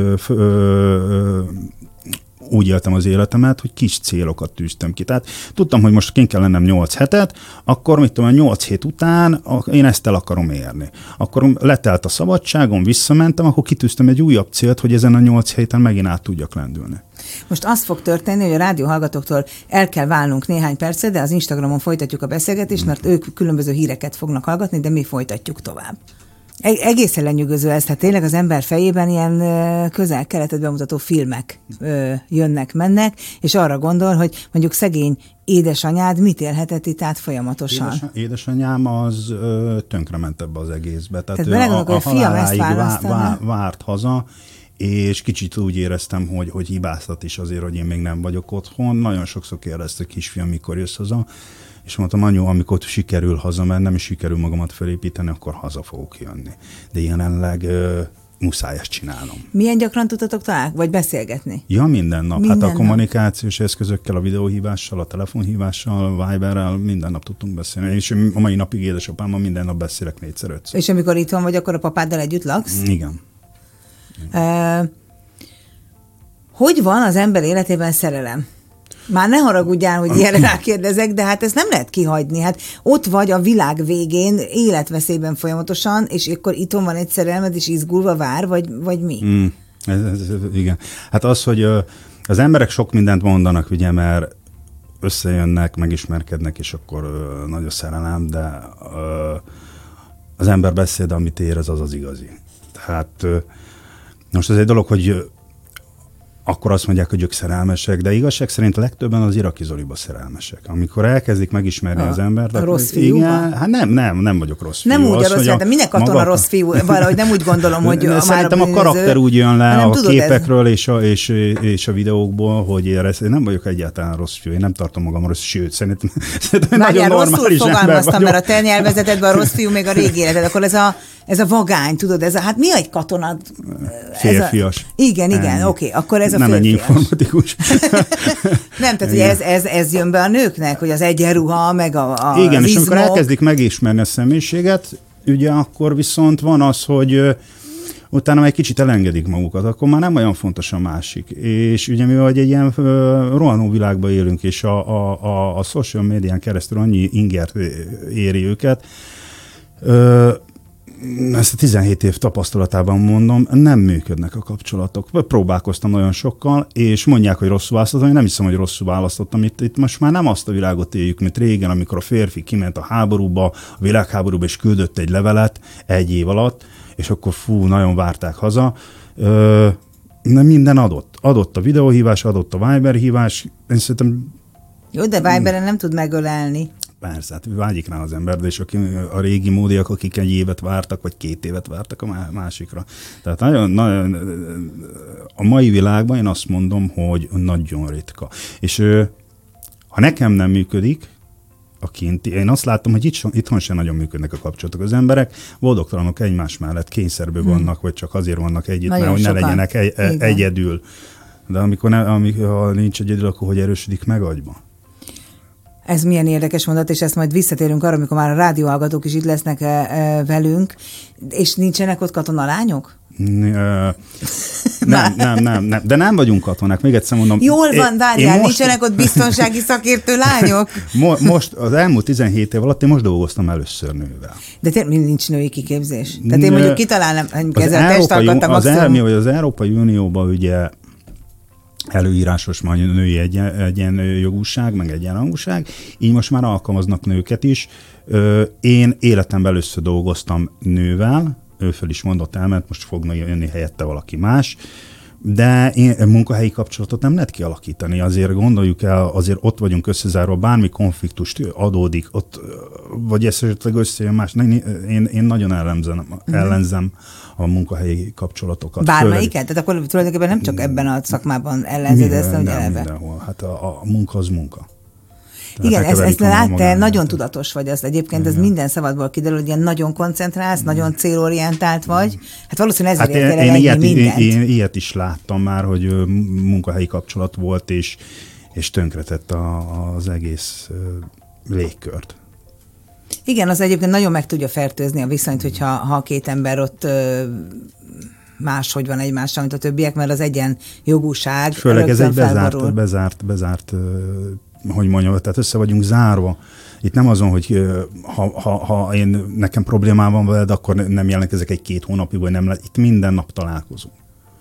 úgy éltem az életemet, hogy kis célokat tűztem ki. Tehát tudtam, hogy most kint kell lennem 8 hetet, akkor mit tudom, 8 hét után én ezt el akarom érni. Akkor letelt a szabadságom, visszamentem, akkor kitűztem egy újabb célt, hogy ezen a 8 héten megint át tudjak lendülni. Most az fog történni, hogy a rádióhallgatóktól el kell válnunk néhány percet, de az Instagramon folytatjuk a beszélgetést, mert ők különböző híreket fognak hallgatni, de mi folytatjuk tovább. Egészen lenyűgöző ez, tehát tényleg az ember fejében ilyen közel-keletet bemutató filmek jönnek-mennek, és arra gondol, hogy mondjuk szegény édesanyád mit élhetett itt át folyamatosan. Édesanyám az tönkrement ebbe az egészbe. Tehát a fiam ezt várt haza, és kicsit úgy éreztem, hogy hibáztat is azért, hogy én még nem vagyok otthon. Nagyon sokszor kérdezte kisfiam, mikor jössz haza, és mondtam, anyu, amikor sikerül hazamennem, és sikerül magamat felépíteni, akkor haza fogok jönni. De jelenleg muszáj ezt csinálnom. Milyen gyakran tudtatok találkozni, vagy beszélgetni? Ja, minden nap. Hát a kommunikációs eszközökkel, a videóhívással, a telefonhívással, a Viberrel minden nap tudtunk beszélni. És a mai napig édesapámmal minden nap beszélek 4-5-ször. És amikor itt van vagy, akkor a papáddal együtt laksz? Igen. Hogy van az ember életében szerelem? Már ne haragudjál, hogy ilyenre rákérdezek, de hát ezt nem lehet kihagyni. Hát ott vagy a világ végén, életveszélyben folyamatosan, és akkor itthon van egy szerelmed, és izgulva vár, vagy mi? Igen. Hát az, hogy az emberek sok mindent mondanak, ugye, mert összejönnek, megismerkednek, és akkor nagy a szerelem, de az ember beszél, de amit érez, az igazi. Tehát most ez egy dolog, hogy akkor azt mondják, hogy ők szerelmesek, de igazság szerint legtöbben az Iraki Zoliba szerelmesek. Amikor elkezdik megismerni az embert. A rossz fiúba? Hát nem vagyok rossz fiú. Nem úgy a rossz fiú, de minek katona rossz fiú? Valahogy nem úgy gondolom, hogy szerintem a karakter úgy jön le a képekről és a videókból, hogy én nem vagyok egyáltalán rossz fiú. Én nem tartom magam rossz, sőt, szerintem nagyon normális rosszul fogalmaztam, mert a te nyelvezetedben a rossz fiú még a régi életed, akkor ez a vagány, tudod, hát mi egy katona? Férfias. Igen, oké, akkor ez a nem férfias. Egy informatikus. Nem, tehát ugye ez jön be a nőknek, hogy az egyenruha, meg a igen, és amikor izmok. elkezdik megismerni a személyiséget, ugye akkor viszont van az, hogy utána egy kicsit elengedik magukat, akkor már nem olyan fontos a másik. És ugye mivel egy ilyen rohanó világban élünk, és a social médián keresztül annyi ingert éri őket, ezt a 17 év tapasztalatában mondom, nem működnek a kapcsolatok. Próbálkoztam nagyon sokkal, és mondják, hogy rosszul választottam, én nem hiszem, hogy rosszul választottam. Itt most már nem azt a világot éljük, mint régen, amikor a férfi kiment a háborúba, a világháborúba, és küldött egy levelet 1 év alatt, és akkor nagyon várták haza. Minden adott. Adott a videóhívás, adott a Viber hívás. Én szerintem... Jó, de Viberen nem tud megölelni. Persze, hát vágyik rá az ember, de és a régi módiak, akik 1 évet vártak, vagy 2 évet vártak a másikra. Tehát nagyon, a mai világban én azt mondom, hogy nagyon ritka. És ha nekem nem működik a kinti, én azt látom, hogy itthon sem nagyon működnek a kapcsolatok. Az emberek boldogtalanok egymás mellett, kényszerből vannak, vagy csak azért vannak együtt, nagyon mert hogy ne legyenek egyedül. De amikor nincs egyedül, akkor hogy erősödik meg agyba? Ez milyen érdekes mondat, és ezt majd visszatérünk arra, amikor már a rádióhallgatók is itt lesznek velünk, és nincsenek ott katonalányok? Nem, de nem vagyunk katonák, még egyszer mondom. Jól van, várjál, nincsenek ott biztonsági szakértő lányok? Most az elmúlt 17 év alatt én most dolgoztam először nővel. De tényleg nincs női kiképzés? Tehát én mondjuk kitalálnám, ezzel a testalkattal maximum. Az Európai Unióban ugye előírásos már női egyenjogúság, meg egyenrangúság, így most már alkalmaznak nőket is. Én életemben először dolgoztam nővel, ő fel is mondott el, mert most fogna jönni helyette valaki más, de munkahelyi kapcsolatot nem lehet kialakítani. Azért gondoljuk el, azért ott vagyunk összezárva, bármi konfliktust adódik, ott, vagy esetleg összejön más. Én nagyon ellenzem a munkahelyi kapcsolatokat. Bármelyiket? Tehát akkor tulajdonképpen nem csak ebben a szakmában ellenzed ezt, hogy eleve. Mindenhol. Hát a munka az munka. Igen, ezt te nagyon tudatos vagy, az egyébként ez minden szavadból kiderül, hogy ilyen nagyon koncentrálsz, nagyon célorientált vagy. Hát valószínűleg ezért értél el mindent. Én ilyet is láttam már, hogy munkahelyi kapcsolat volt, és tönkretett az egész légkört. Igen, az egyébként nagyon meg tudja fertőzni a viszonyt, hogyha 2 ember ott máshogy van egymással, mint a többiek, mert az egyenjogúság főleg ez egy bezárt hogy mondjam, tehát össze vagyunk zárva. Itt nem azon, hogy ha nekem problémám van veled, akkor nem jelentkezek 1-2 hónapig, vagy nem, itt minden nap találkozunk.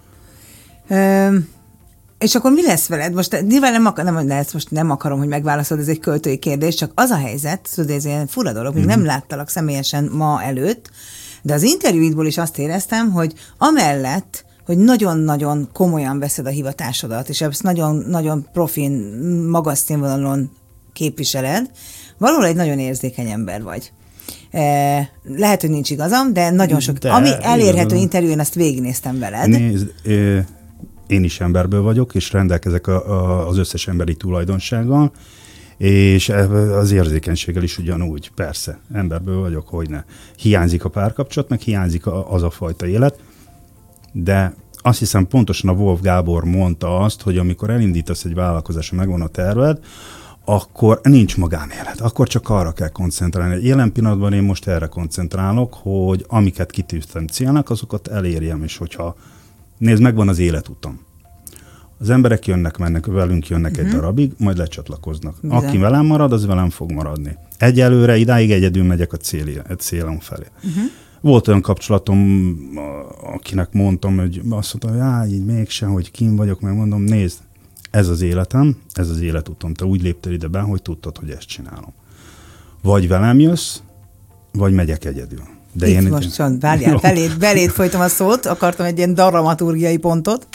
És akkor mi lesz veled? Most nyilván most nem akarom, hogy megválaszolod, ez egy költői kérdés, csak az a helyzet, tudod, ez ilyen fura dolog, még nem láttalak személyesen ma előtt, De az interjúidból is azt éreztem, hogy amellett, hogy nagyon-nagyon komolyan veszed a hivatásodat, és ezt nagyon-nagyon profin, magas színvonalon képviseled, valahol egy nagyon érzékeny ember vagy. Lehet, hogy nincs igazam, de nagyon sok, ami elérhető interjú, én azt végignéztem veled. Nézd, én is emberből vagyok, és rendelkezek az összes emberi tulajdonsággal, és az érzékenységgel is ugyanúgy, persze, emberből vagyok, hogyne. Hiányzik a párkapcsolat, meg hiányzik az a fajta élet, de azt hiszem pontosan a Wolf Gábor mondta azt, hogy amikor elindítasz egy vállalkozásra, megvan a terved, akkor nincs magánélet, akkor csak arra kell koncentrálni. Jelen pillanatban én most erre koncentrálok, hogy amiket kitűztem célnak, azokat elérjem, és hogyha, nézd, megvan az életutam. Az emberek jönnek, mennek, velünk jönnek egy darabig, majd lecsatlakoznak. Bizony. Aki velem marad, az velem fog maradni. Egyelőre idáig egyedül megyek a célom felé. Volt olyan kapcsolatom, akinek mondtam, hogy azt mondta, hogy így mégsem, hogy kim vagyok, meg mondom, nézd, ez az életem, ez az életutam. Te úgy léptél ide be, hogy tudtad, hogy ezt csinálom. Vagy velem jössz, vagy megyek egyedül. De itt most várjál, beléd folytom a szót, akartam egy ilyen dramaturgiai pontot.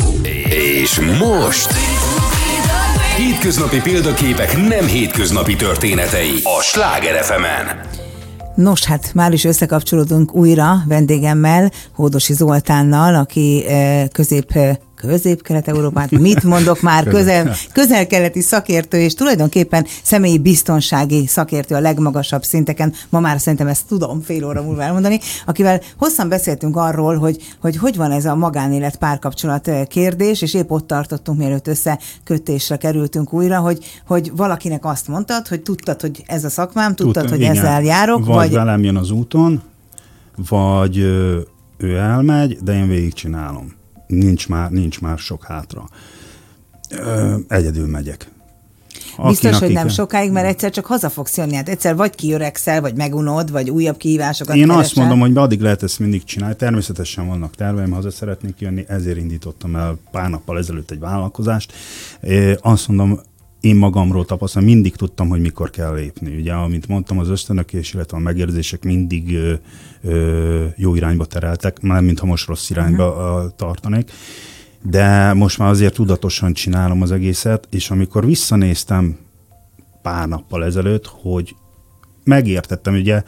És most hétköznapi példaképek nem hétköznapi történetei a Sláger FM-en. Nos, hát már is összekapcsolódunk újra vendégemmel, Hódosi Zoltánnal, aki közép-kelet-európát, mit mondok már, közel-keleti szakértő, és tulajdonképpen személyi biztonsági szakértő a legmagasabb szinteken, ma már szerintem ezt tudom fél óra múlva elmondani, akivel hosszan beszéltünk arról, hogy van ez a magánélet párkapcsolat kérdés, és épp ott tartottunk, mielőtt összekötésre kerültünk újra, hogy valakinek azt mondtad, hogy tudtad, hogy ez a szakmám, tudtad, hogy igen. ezzel járok. Vagy velem jön az úton, vagy ő elmegy, de én végigcsinálom. Nincs már sok hátra. Egyedül megyek. Biztos, hogy nem sokáig, mert egyszer csak haza fogsz jönni. Hát egyszer vagy kiöregszel, vagy megunod, vagy újabb kihívásokat Én keresel. azt mondom, hogy addig lehet ezt mindig csinálni. Természetesen vannak terveim, haza szeretnék jönni, ezért indítottam el pár nappal ezelőtt egy vállalkozást. Azt mondom, én magamról tapasztalom, mindig tudtam, hogy mikor kell lépni. Ugye, amint mondtam, az ösztönök illetve a megérzések mindig jó irányba tereltek, már mintha most rossz irányba tartanék. De most már azért tudatosan csinálom az egészet, és amikor visszanéztem pár nappal ezelőtt, hogy megértettem, ugye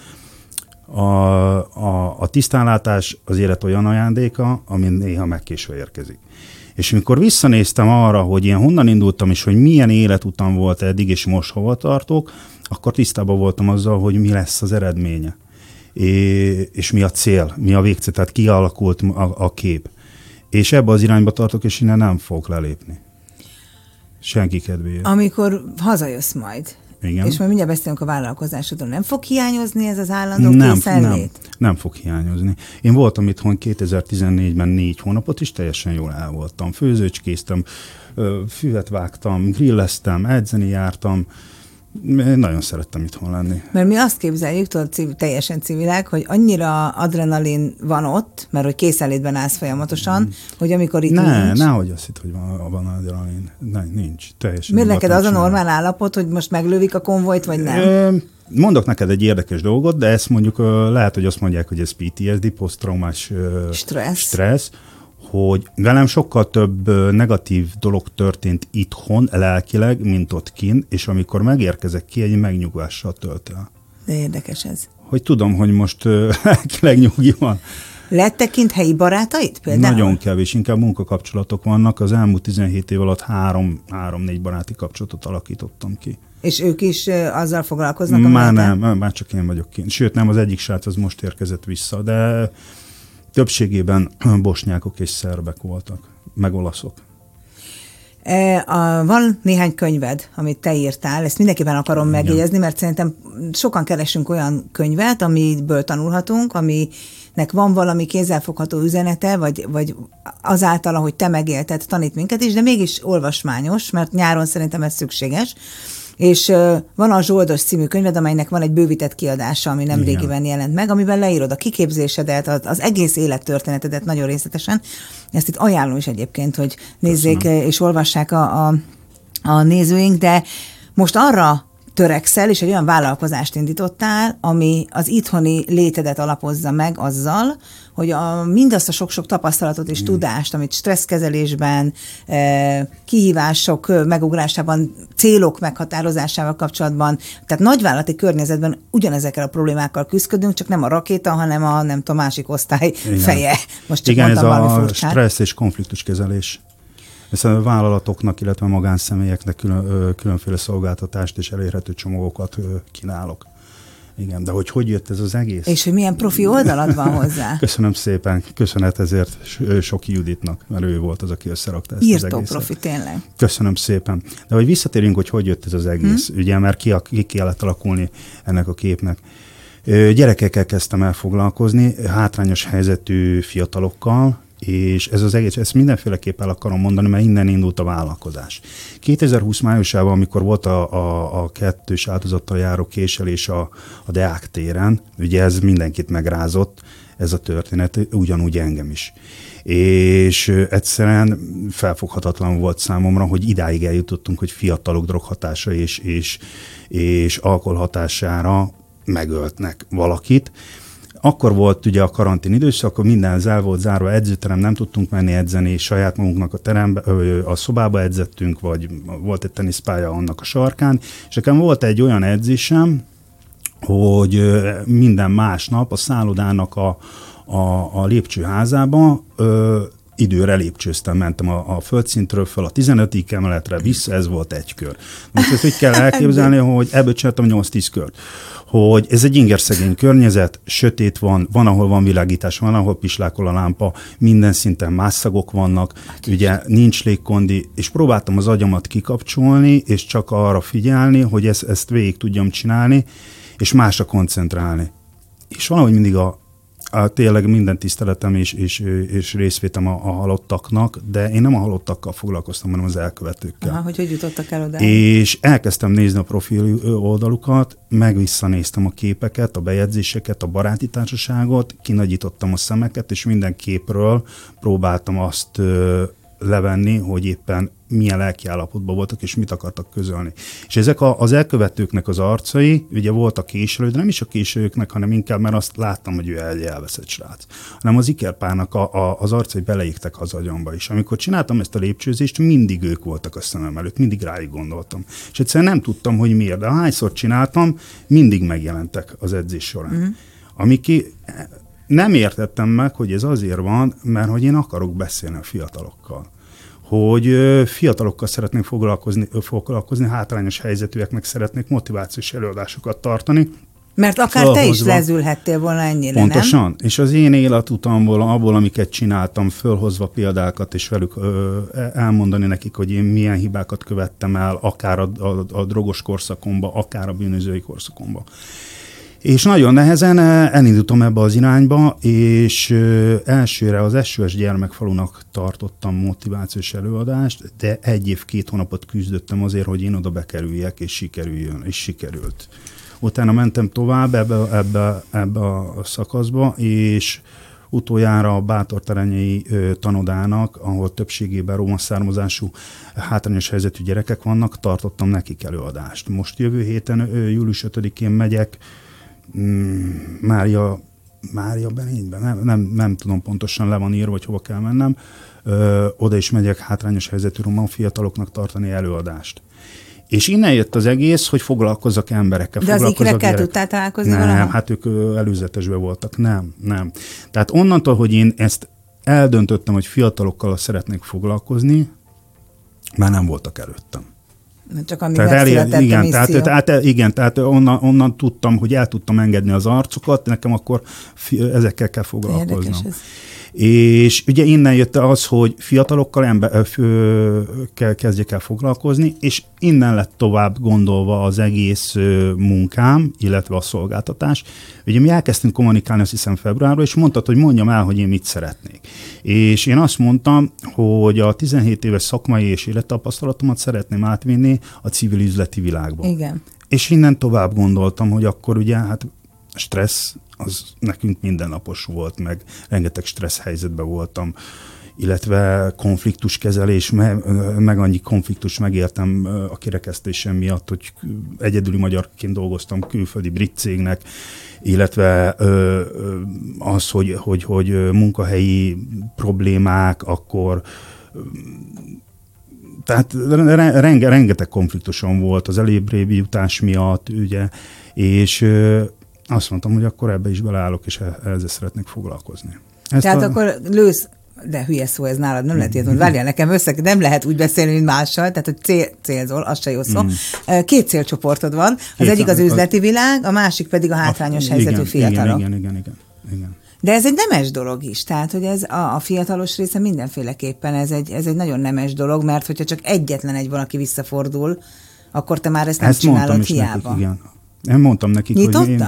a tisztánlátás az élet olyan ajándéka, ami néha megkésve érkezik. És amikor visszanéztem arra, hogy én honnan indultam, és hogy milyen életutam volt eddig, és most hova tartok, akkor tisztában voltam azzal, hogy mi lesz az eredménye. És mi a cél, mi a végcél, tehát kialakult a kép. És ebbe az irányba tartok, és innen nem fogok lelépni. Senki kedvéért. Amikor hazajössz majd, igen. És majd mindjárt beszélünk a vállalkozásodról, nem fog hiányozni ez az állandó készenlét? Nem fog hiányozni. Én voltam itthon 2014-ben 4 hónapot, és teljesen jól el voltam. Főzőcskéztem, füvet vágtam, grilleztem, edzeni jártam. Én nagyon szerettem itthon lenni. Mert mi azt képzeljük, tudod, teljesen civilek, hogy annyira adrenalin van ott, mert hogy készenlétben állsz folyamatosan, hogy amikor itt nincs. Nehogy azt hitt, hogy van adrenalin. Nincs. Teljesen. Miért neked az a normál állapot, hogy most meglövik a konvojt, vagy nem? Mondok neked egy érdekes dolgot, de ezt mondjuk lehet, hogy azt mondják, hogy ez PTSD, posztraumás stressz, hogy velem sokkal több negatív dolog történt itthon, lelkileg, mint ott kint, és amikor megérkezek ki, egy megnyugvással tölt el. De érdekes ez. Hogy tudom, hogy most lelkileg nyugi van. Lettek kint helyi barátaid például? Nagyon kevés, inkább munkakapcsolatok vannak. Az elmúlt 17 év alatt 3-4 baráti kapcsolatot alakítottam ki. És ők is azzal foglalkoznak? Már nem, már csak én vagyok kint. Sőt, nem, az egyik srác az most érkezett vissza, de többségében bosnyákok és szerbek voltak, meg olaszok. Van néhány könyved, amit te írtál, ezt mindenképpen akarom megjegyezni, mert szerintem sokan keresünk olyan könyvet, amiből tanulhatunk, aminek van valami kézzelfogható üzenete, vagy azáltal, ahogy te megélted, tanít minket is, de mégis olvasmányos, mert nyáron szerintem ez szükséges. És van a Zsoldos című könyved, amelynek van egy bővített kiadása, ami nem régiben jelent meg, amiben leírod a kiképzésedet, az egész élettörténetedet nagyon részletesen. Ezt itt ajánlom is egyébként, hogy nézzék és olvassák a nézőink, de most arra törekszel, és egy olyan vállalkozást indítottál, ami az itthoni létedet alapozza meg azzal, hogy mindazt a sok-sok tapasztalatot és tudást, amit stresszkezelésben, kihívások megugrásában, célok meghatározásával kapcsolatban, tehát nagyvállalati környezetben ugyanezekkel a problémákkal küzdködünk, csak nem a rakéta, hanem a nem tudom, másik osztály feje. Most csak igen, ez a furcsán. stressz és konfliktuskezelés. Ez a vállalatoknak, illetve magánszemélyeknek különféle szolgáltatást és elérhető csomagokat kínálok. Igen, de hogy jött ez az egész? És hogy milyen profi oldalad van hozzá? Köszönöm szépen, köszönet ezért Soki Juditnak, mert ő volt az, aki összerakta ezt az egészet. Írtó profi, tényleg. Köszönöm szépen. De hogy visszatérjünk, hogy jött ez az egész, ugye, mert ki kellett alakulni ennek a képnek. Gyerekekkel kezdtem el foglalkozni, hátrányos helyzetű fiatalokkal, és ez az egész, ezt mindenféleképpen el akarom mondani, mert innen indult a vállalkozás. 2020 májusában, amikor volt a kettős áldozattal járó késelés a Deák téren, ugye ez mindenkit megrázott, ez a történet, ugyanúgy engem is. És egyszerűen felfoghatatlan volt számomra, hogy idáig eljutottunk, hogy fiatalok droghatása és alkohol hatására megöltnek valakit. Akkor volt ugye a karantén időszak, akkor minden el volt zárva, edzőterem, nem tudtunk menni edzeni, saját magunknak a terembe, a szobába edzettünk, vagy volt egy teniszpálya annak a sarkán, és nekem volt egy olyan edzésem, hogy minden másnap a szállodának a lépcsőházába időre lépcsőztem, mentem a földszintről föl a 15. emeletre, vissza, ez volt egy kör. Most ezt úgy kell elképzelni, hogy ebből csináltam 8-10 kört. Hogy ez egy ingerszegény környezet, sötét van, ahol van világítás, van, ahol pislákol a lámpa, minden szinten más szagok vannak, ugye nincs légkondi, és próbáltam az agyamat kikapcsolni, és csak arra figyelni, hogy ezt végig tudjam csinálni, és másra koncentrálni. És valahogy mindig tényleg minden tiszteletem és részvétem a halottaknak, de én nem a halottakkal foglalkoztam, hanem az elkövetőkkel. Aha, hogy jutottak el oda. És elkezdtem nézni a profil oldalukat, meg-visszanéztem a képeket, a bejegyzéseket, a baráti társaságot, kinagyítottam a szemeket, és minden képről próbáltam azt levenni, hogy éppen milyen lelkiállapotban voltak, és mit akartak közölni. És ezek az elkövetőknek az arcai, ugye voltak késelő, de nem is a késelőknek, hanem inkább, mert azt láttam, hogy ő egy elveszett srác. Hanem az ikerpárnak az arcai beleégtek az agyamba is. Amikor csináltam ezt a lépcsőzést, mindig ők voltak a szemem előtt, mindig rájuk gondoltam. És egyszerűen nem tudtam, hogy miért, de hányszor csináltam, mindig megjelentek az edzés során. Nem értettem meg, hogy ez azért van, mert hogy én akarok beszélni a fiatalokkal. Hogy fiatalokkal szeretnék foglalkozni, hátrányos helyzetűeknek szeretnék motivációs előadásokat tartani. Mert akár te is lezülhettél volna ennyire, pontosan. Nem? És az én életutamból, abból, amiket csináltam, fölhozva példákat, és velük elmondani nekik, hogy én milyen hibákat követtem el, akár a drogos korszakomba, akár a bűnözői korszakomba. És nagyon nehezen elindultam ebbe az irányba, és elsőre az SOS Gyermekfalunak tartottam motivációs előadást, de 1 év 2 hónapot küzdöttem azért, hogy én oda bekerüljek, és sikerüljön, és sikerült. Utána mentem tovább ebbe a szakaszba, és utoljára a Bátorterenyei tanodának, ahol többségében roma származású hátrányos helyzetű gyerekek vannak, tartottam nekik előadást. Most jövő héten, július 5-én megyek Mária Benényben, nem tudom pontosan, le van írva, hogy hova kell mennem, oda is megyek hátrányos helyzetű roma fiataloknak tartani előadást. És innen jött az egész, hogy foglalkozzak emberekkel. De az ikrekkel tudtál találkozni valaha? valaha? Nem, hát ők előzetesben voltak. Nem. Tehát onnantól, hogy én ezt eldöntöttem, hogy fiatalokkal szeretnék foglalkozni, már nem voltak előttem. Csak amíg megszületett a misszió. Tehát onnan tudtam, hogy el tudtam engedni az arcokat, nekem akkor ezekkel kell foglalkoznom. És ugye innen jött az, hogy fiatalokkal kezdjek el foglalkozni, és innen lett tovább gondolva az egész munkám, illetve a szolgáltatás. Ugye mi elkezdtünk kommunikálni, azt hiszem februárban, és mondtad, hogy mondjam el, hogy én mit szeretnék. És én azt mondtam, hogy a 17 éves szakmai és élettapasztalatomat szeretném átvinni a civil üzleti világba. Igen. És innen tovább gondoltam, hogy akkor ugye hát stressz, az nekünk mindennapos volt, meg rengeteg stressz helyzetben voltam illetve konfliktuskezelés, meg annyi konfliktus megértem a kirekesztésem miatt, hogy egyedüli magyarként dolgoztam külföldi brit cégnek, illetve az, hogy munkahelyi problémák, akkor tehát rengeteg konfliktusom volt az elébrébb jutás miatt, ugye, és azt mondtam, hogy akkor ebbe is beleállok, és ezzel szeretnék foglalkozni. Tehát akkor lősz, de hülye szó ez nálad, nem lehet ilyet mondani, várjál nekem össze, nem lehet úgy beszélni, mint mással, tehát hogy célzol, az se jó szó. Két célcsoportod van, az egyik az üzleti világ, a másik pedig a hátrányos helyzetű fiatalok. Igen. De ez egy nemes dolog is, tehát hogy ez a fiatalos része mindenféleképpen ez egy nagyon nemes dolog, mert hogyha csak egyetlen egy valaki visszafordul, akkor te már ezt nem csinálod hiába. Nekik, igen. Én mondtam nekik, nyitottak? Hogy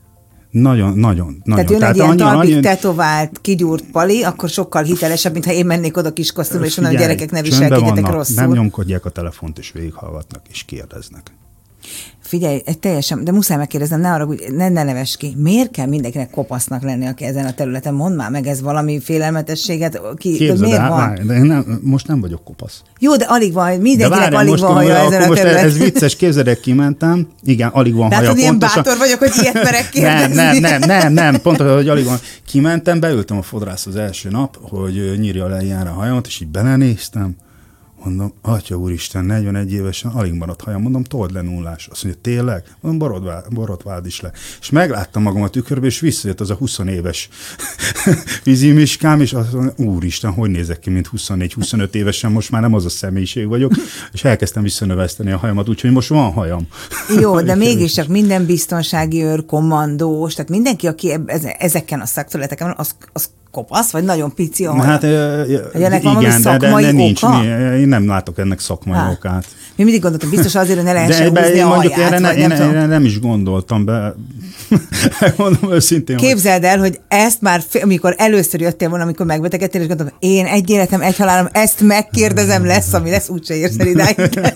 Nagyon. Tehát jön egy ilyen talpig tetovált, kigyúrt pali, akkor sokkal hitelesebb, mintha én mennék oda kis kosztümbe, és mondom, gyerekek, ne viselkedjetek rosszul. Nem nyomkodják a telefont, és végighallgatnak, és kérdeznek. Figyelj, teljesen, de muszáj megkérdeznem, ne arra, hogy ne nevess ki. Miért kell mindenkinek kopasznak lenni, aki ezen a területen? Mondd már meg, ez valami félelmetességet. Képzeld el, de én most nem vagyok kopasz. Jó, de alig van, mindenkinek alig van haja ezen a területen. Ez vicces, képzeld el, kimentem, igen, alig van haja. Tehát, ilyen bátor vagyok, hogy ilyet merek kérdezni. Nem, pont, hogy alig van. Kimentem, beültem a fodrász az első nap, hogy nyírja le ilyenre a hajamat, és így belenéztem. Mondom, atya úristen, 41 évesen, alig maradt hajam. Mondom, told le nullás. Azt mondja, tényleg? Mondom, borotváld is le. És megláttam magam a tükörbe, és visszajött az a 20 éves vízimiskám, és azt mondom, úristen, hogy nézek ki, mint 24-25 évesen, most már nem az a személyiség vagyok, és elkezdtem visszanöveszteni a hajamat, úgyhogy most van hajam. Jó, de mégiscsak minden biztonsági őr, kommandós, tehát mindenki, aki ezeken a szakterületeken van, az kopasz, vagy nagyon pici a haja? Hát igen, de nincs. Én nem látok ennek szakmai okát. Mi mindig gondoltam, biztos azért, hogy ne lehessen húzni a haját. Erre nem is gondoltam be. Mondom őszintén. Képzeld el, hogy ezt már, amikor először jöttél volna, amikor megbetegedtél, és gondoltam, én egy életem, egy halálom, ezt megkérdezem, lesz, ami lesz, úgyse érsz el idáig.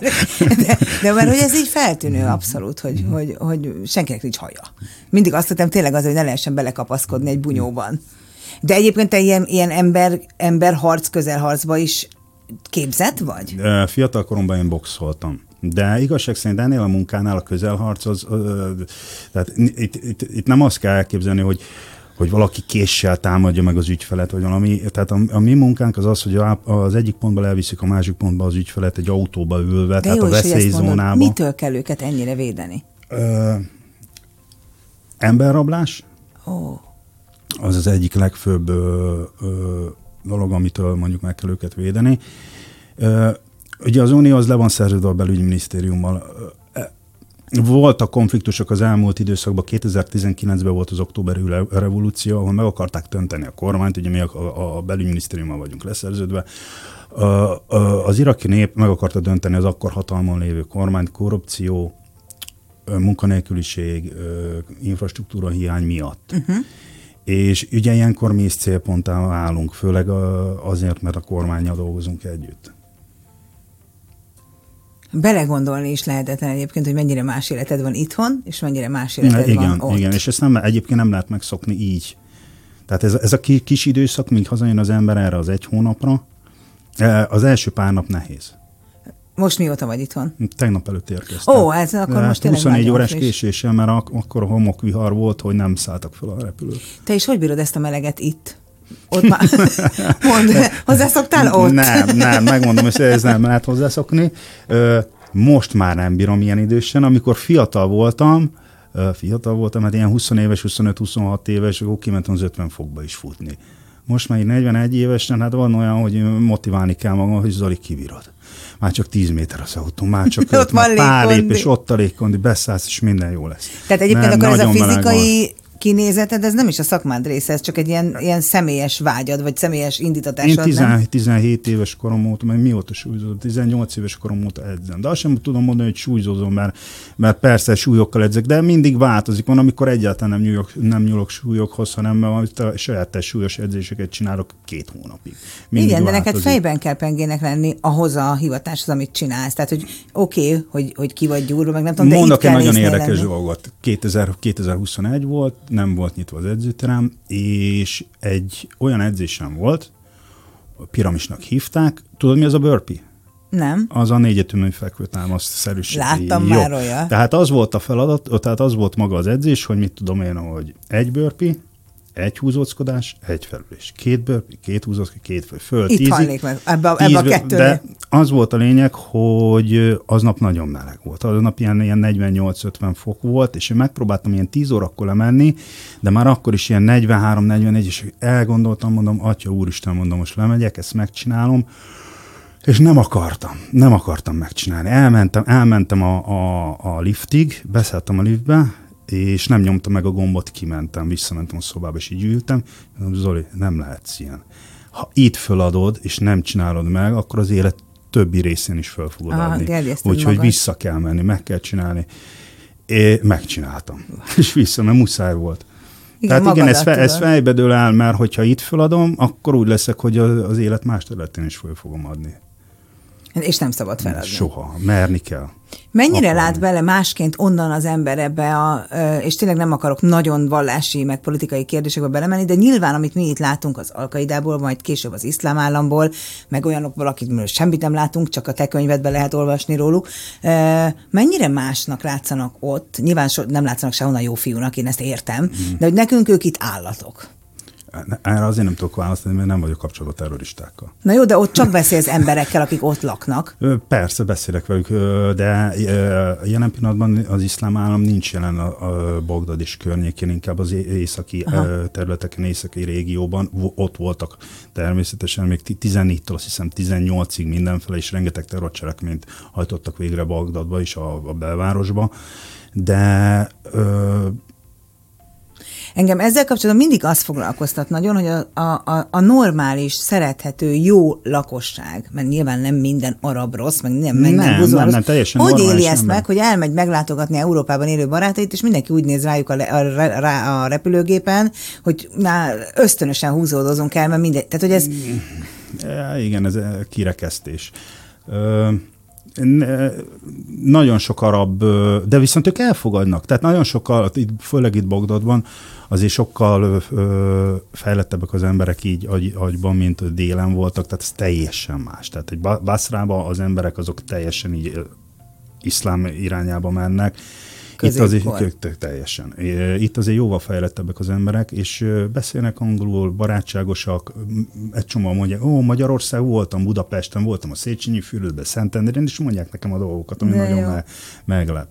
De mert hogy ez így feltűnő abszolút, hogy senkinek nincs haja. Mindig azt tettem tényleg az, hogy ne lehessen belekapaszkodni egy bunyóban. De egyébként te ilyen ember-harc, közelharcba is képzett vagy? Fiatal koromban én boxoltam. De igazság szerint ennél a munkánál a közelharc tehát itt nem azt kell elképzelni, hogy valaki késsel támadja meg az ügyfelet, vagy valami. Tehát a mi munkánk az, hogy az egyik pontból elviszik a másik pontba az ügyfelet egy autóba ülve, tehát a veszélyzónába. Mitől kell őket ennyire védeni? Emberrablás. Az az egyik legfőbb dolog, amitől mondjuk meg kell őket védeni. Ugye az Unió az le van szerződve a belügyminisztériummal. Voltak konfliktusok az elmúlt időszakban, 2019-ben volt az októberi revolúció, ahol meg akarták dönteni a kormányt, ugye mi a belügyminisztériummal vagyunk leszerződve. Az iraki nép meg akarta dönteni az akkor hatalmon lévő kormányt korrupció, munkanélküliség, infrastruktúra hiány miatt. És ugye ilyenkor mi is célponttá állunk, főleg azért, mert a kormánnyal dolgozunk együtt. Belegondolni is lehetetlen egyébként, hogy mennyire más életed van itthon, és mennyire más életed van ott. Igen, és ezt egyébként nem lehet megszokni így. Tehát ez a kis időszak, míg hazajön az ember erre az egy hónapra, az első pár nap nehéz. Most mióta vagy itthon? Tegnap előtt érkeztem. Ez akkor most tényleg 24 órás késéssel, mert akkor a homokvihar volt, hogy nem szálltak fel a repülők. Te is hogy bírod ezt a meleget itt? Ott már... Mondd, hozzászoktál ott? Nem, megmondom, hogy ez nem lehet hozzászokni. Most már nem bírom ilyen idősen. Amikor fiatal voltam, hát ilyen 20 éves, 25-26 éves, akkor kimentem az 50 fokba is futni. Most már 41 évesen, hát van olyan, hogy motiválni kell magam, hogy Zoli, kibírod. Már csak 10 méter az autó, már csak ott van pár lépés, ott a légkondi, beszállsz, és minden jó lesz. Tehát egyébként akkor ez a fizikai kinézeted, ez nem is a szakmád része, ez csak egy ilyen személyes vágyad, vagy személyes indítatásod, nem? 17 éves korom óta, mert mióta súlyzózom? 18 éves korom óta edzem. De azt sem tudom mondani, hogy súlyzózom, mert persze súlyokkal edzek, de mindig változik. Van, amikor egyáltalán nem nyúlok súlyokhoz, hanem a saját súlyos edzéseket csinálok 2 hónapig. Mindig igen, változik. De neked fejben kell pengének lenni ahhoz a hivatáshoz, amit csinálsz. Tehát, hogy oké, hogy ki vagy gyúrva, meg nem tudom, de mondok itt kell egy nagyon érdekes lenni. dolgot. 2021 volt, nem volt nyitva az edzőterem, és egy olyan edzésem volt, piramisnak hívták. Tudod, mi az a burpee? Nem. Az a négyetűnő fekvőtámaszszerűség. Láttam már olyan. Tehát az volt a feladat, tehát az volt maga az edzés, hogy mit tudom én, hogy egy burpee, egy húzóckodás, egy felülés. 2 burpee, 2 húzóckodás, 2 föl. Itt halnék meg, ebbe a kettőnél. De az volt a lényeg, hogy aznap nagyon meleg volt. Aznap ilyen 48-50 fok volt, és én megpróbáltam ilyen 10 órakor lemenni, de már akkor is ilyen 43-44, és elgondoltam, mondom, Atya úristen, mondom, most lemegyek, ezt megcsinálom, és nem akartam megcsinálni. Elmentem a liftig, beszálltam a liftbe, és nem nyomtam meg a gombot, kimentem, visszamentem a szobába, és így ültem. Mondom, Zoli, nem lehetsz ilyen. Ha itt föladod, és nem csinálod meg, akkor az élet többi részén is föl fogod adni. Úgyhogy vissza kell menni, meg kell csinálni. Megcsináltam. És vissza, mert muszáj volt. Igen, tehát igen, ez fejbe dől el, mert hogyha itt föladom, akkor úgy leszek, hogy az élet más területén is föl fogom adni. És nem szabad feladni. Soha. Merni kell. Mennyire lát bele másként onnan az ember ebbe és tényleg nem akarok nagyon vallási, meg politikai kérdésekbe belemenni, de nyilván, amit mi itt látunk az Al-Qaidából, majd később az iszlám államból, meg olyanokból, akikről semmit nem látunk, csak a te könyvedben lehet olvasni róluk. Mennyire másnak látszanak ott? Nyilván nem látszanak sehonnan jó fiúnak, én ezt értem, de hogy nekünk ők itt állatok. Erre azért nem tudok választani, mert nem vagyok kapcsolatban terroristákkal. Na jó, de ott csak beszélsz emberekkel, akik ott laknak. Persze, beszélek velük, de jelen pillanatban az iszlám állam nincs jelen a Bagdad és környékén, inkább az északi területeken, északi régióban. Ott voltak természetesen még 14-től azt hiszem 18-ig mindenfele, és rengeteg terrorcselekményt hajtottak végre Bagdadba és a belvárosba. De engem ezzel kapcsolatban mindig azt foglalkoztat nagyon, hogy a normális, szerethető, jó lakosság, mert nyilván nem minden arab rossz, meg nem teljesen hogy éli ezt ember. meg, hogy elmegy meglátogatni Európában élő barátait, és mindenki úgy néz rájuk a repülőgépen, hogy már ösztönösen húzódozunk el, mert mindegy. Tehát, hogy ez... Igen, ez kirekesztés. Nagyon sok arab, de viszont ők elfogadnak. Tehát nagyon sokkal, főleg itt Bagdadban, azért sokkal fejlettebbek az emberek így agyban, mint délen voltak, tehát ez teljesen más. Tehát egy Basrában az emberek azok teljesen így iszlám irányába mennek. Itt azért teljesen. Itt azért jóval fejlettebbek az emberek, és beszélnek angolul, barátságosak, egy csomó mondják, Magyarország voltam, Budapesten, voltam a Széchenyi Fürödben, Szentendrén, és mondják nekem a dolgokat, ami nagyon meglep.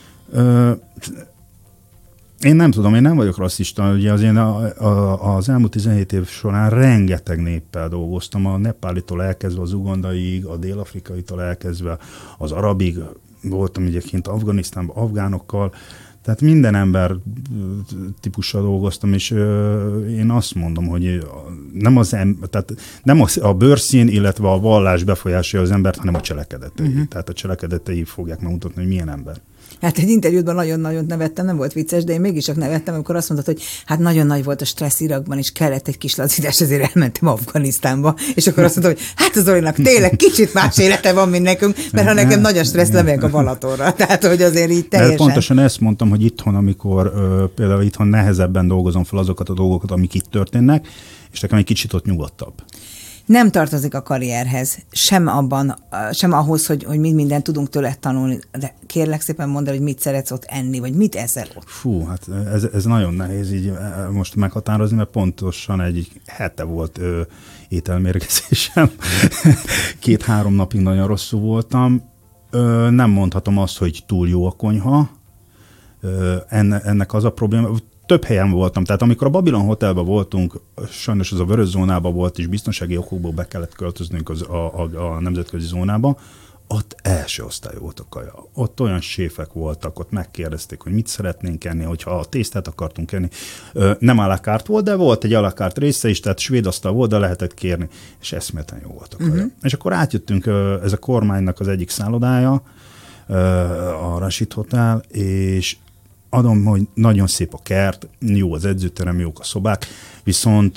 Én nem tudom, én nem vagyok rasszista, ugye az elmúlt 17 év során rengeteg néppel dolgoztam, a nepálitól elkezdve az ugandaig, a dél-afrikaitól elkezdve az arabig, voltam egyébként Afganisztánban, afgánokkal, tehát minden ember típussal dolgoztam, és én azt mondom, hogy nem a bőrszín, illetve a vallás befolyásolja az embert, hanem a cselekedetei. Tehát a cselekedetei fogják megmutatni, hogy milyen ember. Hát egy interjútban nagyon-nagyon nevettem, nem volt vicces, de én mégis csak nevettem, amikor azt mondtad, hogy hát nagyon nagy volt a stressz Irakban, és kellett egy kis lazítás, ezért elmentem Afganisztánba, és akkor azt mondtam, hogy hát az Zolinak tényleg kicsit más élete van, mint nekünk, mert ha nekem nagy a stressz, lemegyek a Balatonra. Tehát, hogy azért így teljesen... De pontosan ezt mondtam, hogy itthon, amikor például itthon nehezebben dolgozom fel azokat a dolgokat, amik itt történnek, és nekem egy kicsit ott nyugodtabb. Nem tartozik a karrierhez, sem ahhoz, hogy mi mindent tudunk tőle tanulni, de kérlek szépen mondd el, hogy mit szeretsz ott enni, vagy mit eszel ott. Fú, hát ez nagyon nehéz így most meghatározni, mert pontosan egy hete volt ételmérgezésem. 2-3 napig nagyon rosszul voltam. Nem mondhatom azt, hogy túl jó a konyha. Ennek az a probléma. Több helyen voltam, tehát amikor a Babylon Hotelben voltunk, sajnos az a vörös zónában volt, és biztonsági okokból be kellett költöznünk a nemzetközi zónába, ott első osztály volt a kaja. Ott olyan séfek voltak, ott megkérdezték, hogy mit szeretnénk enni, hogyha a tésztát akartunk enni. Nem à la carte volt, de volt egy à la carte része is, tehát svéd asztal volt, de lehetett kérni, és eszméleten jó volt a kaja. És akkor átjöttünk, ez a kormánynak az egyik szállodája, a Rashid Hotel, és adom, hogy nagyon szép a kert, jó az edzőterem, jók a szobák, viszont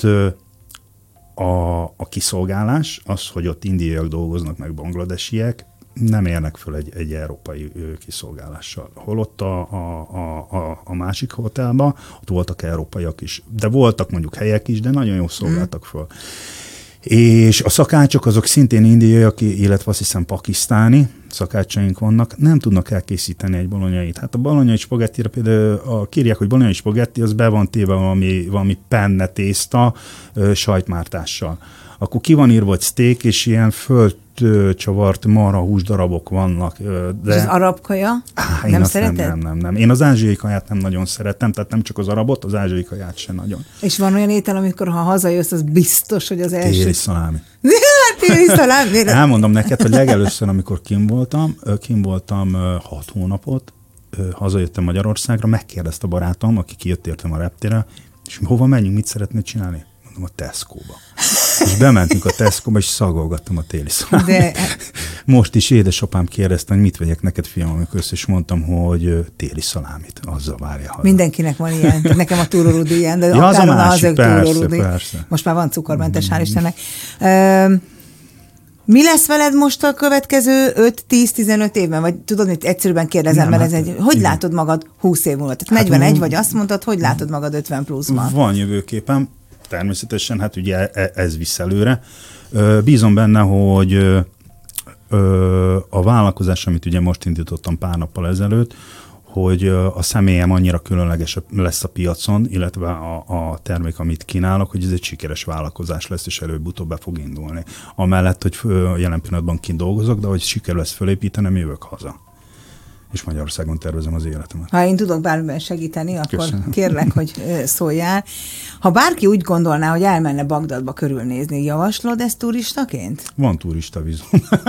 a kiszolgálás, az, hogy ott indiaiak dolgoznak, meg bangladesiek, nem érnek föl egy európai kiszolgálással. Holott a másik hotelban, ott voltak európaiak is, de voltak mondjuk helyek is, de nagyon jól szolgáltak föl. És a szakácsok azok szintén indiaiak, illetve azt hiszem pakisztáni szakácsaink vannak, nem tudnak elkészíteni egy bolonyait. Hát a bolonyai spagettire például kírják, hogy bolonyai spagetti, az be van téve valami penne tészta sajtmártással. Akkor ki van írva, hogy steak, és ilyen földcsavart marha húsdarabok vannak. De... És az arab kaja? Nem szereted? Nem. Én az ázsiai kaját nem nagyon szeretem, tehát nem csak az arabot, az ázsiai kaját sem nagyon. És van olyan étel, amikor ha hazajössz, az biztos, hogy az első... Téli szalámi. Téli szalámi? Elmondom neked, hogy legelőször, amikor kim voltam 6 hónapot, hazajöttem Magyarországra, megkérdezte a barátom, aki kijött értem a reptére, és hova menjünk, mit szeretnéd csinálni? Mondom, a Tesco-ba. És bementünk a Tesco-ba, és szagolgattam a téli szalámit. De... Most is édesapám kérdezte, hogy mit vegyek neked, fiam, amikor össze, és mondtam, hogy téli szalámit, azzal várja haza. Mindenkinek van ilyen. Nekem a túrórudi ilyen, de ja, akár a másik, persze. Most már van cukormentes, hál' Istennek. Mi lesz veled most a következő 5-10-15 évben? Vagy tudod, hogy egyszerűen kérdezem, mert ez egy... Hogy látod magad 20 év múlva? Tehát 41 vagy azt mondtad, hogy látod magad 50 pluszban? Van jövőképem. Természetesen, hát ugye ez visz előre. Bízom benne, hogy a vállalkozás, amit ugye most indítottam pár nappal ezelőtt, hogy a személyem annyira különleges lesz a piacon, illetve a termék, amit kínálok, hogy ez egy sikeres vállalkozás lesz, és előbb-utóbb be fog indulni. Amellett, hogy jelen pillanatban kint dolgozok, de hogy sikerül ezt fölépítenem, jövök haza. És Magyarországon tervezem az életemet. Ha én tudok bármiben segíteni, akkor köszönöm. Kérlek, hogy szóljál. Ha bárki úgy gondolná, hogy elmenne Bagdadba körülnézni, javaslod ezt turistaként? Van turista vízum.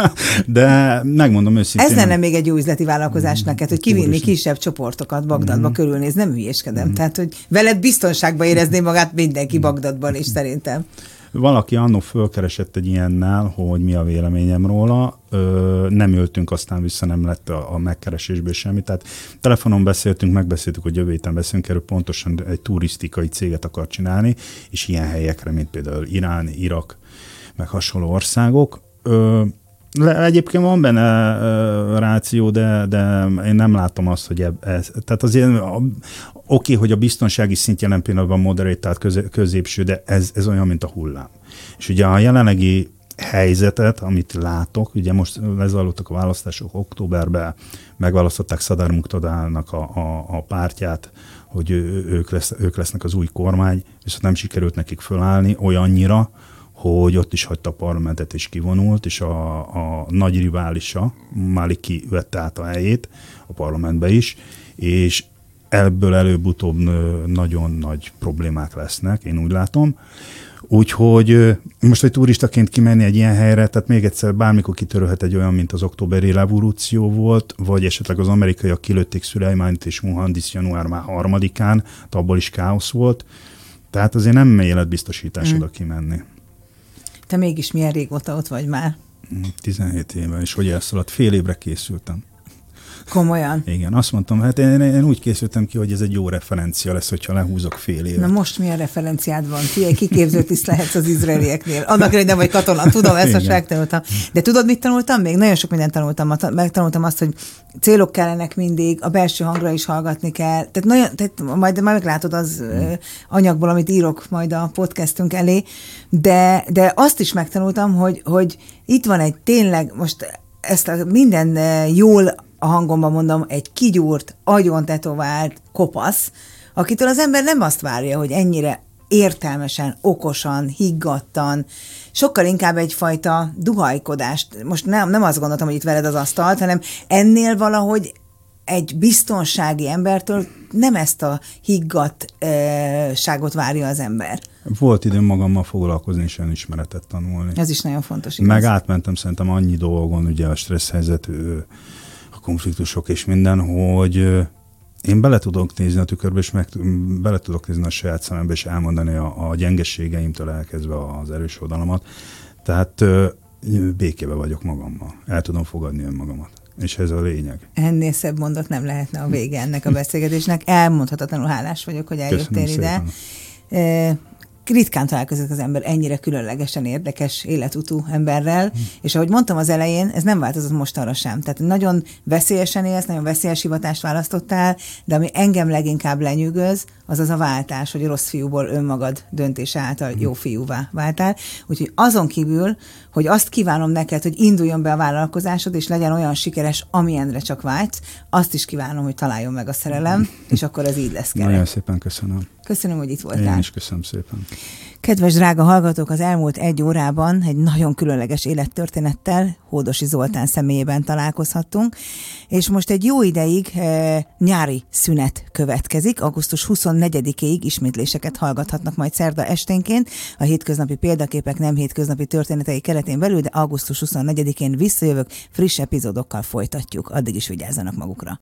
De megmondom őszintén... Ez lenne még egy jó üzleti vállalkozás neked, hogy kivinni kisebb csoportokat Bagdadba körülnézni. Nem hülyéskedem. Tehát, hogy veled biztonságban érezné magát mindenki Bagdadban is szerintem. Valaki annó fölkeresett egy ilyennel, hogy mi a véleményem róla, nem ültünk, aztán vissza nem lett a megkeresésből semmi. Tehát telefonon megbeszéltük, hogy jövő héten beszélünk erről, pontosan egy turisztikai céget akar csinálni, és ilyen helyekre, mint például Irán, Irak, meg hasonló országok. Egyébként van benne ráció, de én nem látom azt, hogy tehát azért oké, hogy a biztonsági szint jelen pillanatban moderate, tehát középső, de ez olyan, mint a hullám. És ugye a jelenlegi helyzetet, amit látok, ugye most lezajlottak a választások októberben, megválasztották Sadar Muqtadának a pártját, hogy ők lesznek az új kormány, viszont nem sikerült nekik fölállni olyannyira, hogy ott is hagyta a parlamentet és kivonult, és a nagy riválisa, Maliki vette át a helyét a parlamentbe is, és ebből előbb-utóbb nagyon nagy problémák lesznek, én úgy látom. Úgyhogy most egy turistaként kimenni egy ilyen helyre, tehát még egyszer bármikor kitörölhet egy olyan, mint az októberi revolúció volt, vagy esetleg az amerikaiak kilőtték Szulejmánt és Muhandis január 3-án, abból is káosz volt. Tehát azért nem életbiztosítás oda kimenni. Te mégis milyen régóta ott vagy már? 17 éve, és hogy elszaladt, fél évre készültem. Komolyan? Igen, azt mondtam, hát én úgy készültem ki, hogy ez egy jó referencia lesz, hogyha lehúzok fél évet. Na most milyen referenciád van? Figyelj, kiképzőtiszt lehetsz az izraelieknél. Annak ellenére nem vagy katona, tudom, ezt most megtanultam. De tudod, mit tanultam még? Nagyon sok mindent tanultam. Megtanultam azt, hogy célok kellenek mindig, a belső hangra is hallgatni kell. Tehát majd meglátod az anyagból, amit írok majd a podcastünk elé, de azt is megtanultam, hogy itt van egy tényleg, most ezt minden jól a hangomban mondom, egy kigyúrt, agyon tetovált kopasz, akitől az ember nem azt várja, hogy ennyire értelmesen, okosan, higgadtan, sokkal inkább egyfajta duhajkodást. Most nem azt gondoltam, hogy itt veled az asztalt, hanem ennél valahogy egy biztonsági embertől nem ezt a higgadtságot várja az ember. Volt időm magammal foglalkozni és önismeretet tanulni. Ez is nagyon fontos. Igaz? Meg átmentem szerintem annyi dolgon, ugye a stressz helyzet, a konfliktusok és minden, hogy én bele tudok nézni a tükörbe, és bele tudok nézni a saját szemembe, és elmondani a gyengességeimtől elkezdve az erős oldalamat. Tehát békébe vagyok magammal. El tudom fogadni önmagamat. És ez a lényeg. Ennél szebb mondat nem lehetne a vége ennek a beszélgetésnek. Elmondhatatlanul hálás vagyok, hogy eljöttél ide. ritkán találkozik az ember ennyire különlegesen érdekes életutú emberrel, és ahogy mondtam az elején, ez nem változott mostanra sem. Tehát nagyon veszélyesen élsz, nagyon veszélyes hivatást választottál, de ami engem leginkább lenyűgöz, az az a váltás, hogy rossz fiúból önmagad döntése által jó fiúvá váltál. Úgyhogy azon kívül, hogy azt kívánom neked, hogy induljon be a vállalkozásod, és legyen olyan sikeres, amilyenre csak vágysz, azt is kívánom, hogy találjon meg a szerelem, és akkor ez így lesz kerek. Nagyon szépen köszönöm. Köszönöm, hogy itt voltál. Én is köszönöm szépen. Kedves drága hallgatók, az elmúlt 1 órában egy nagyon különleges élettörténettel Hódosi Zoltán személyében találkozhattunk, és most egy jó ideig nyári szünet következik. Augusztus 24-ig ismétléseket hallgathatnak majd szerda esténként a hétköznapi példaképek nem hétköznapi történetei keretén belül, de augusztus 24-én visszajövök, friss epizódokkal folytatjuk. Addig is vigyázzanak magukra.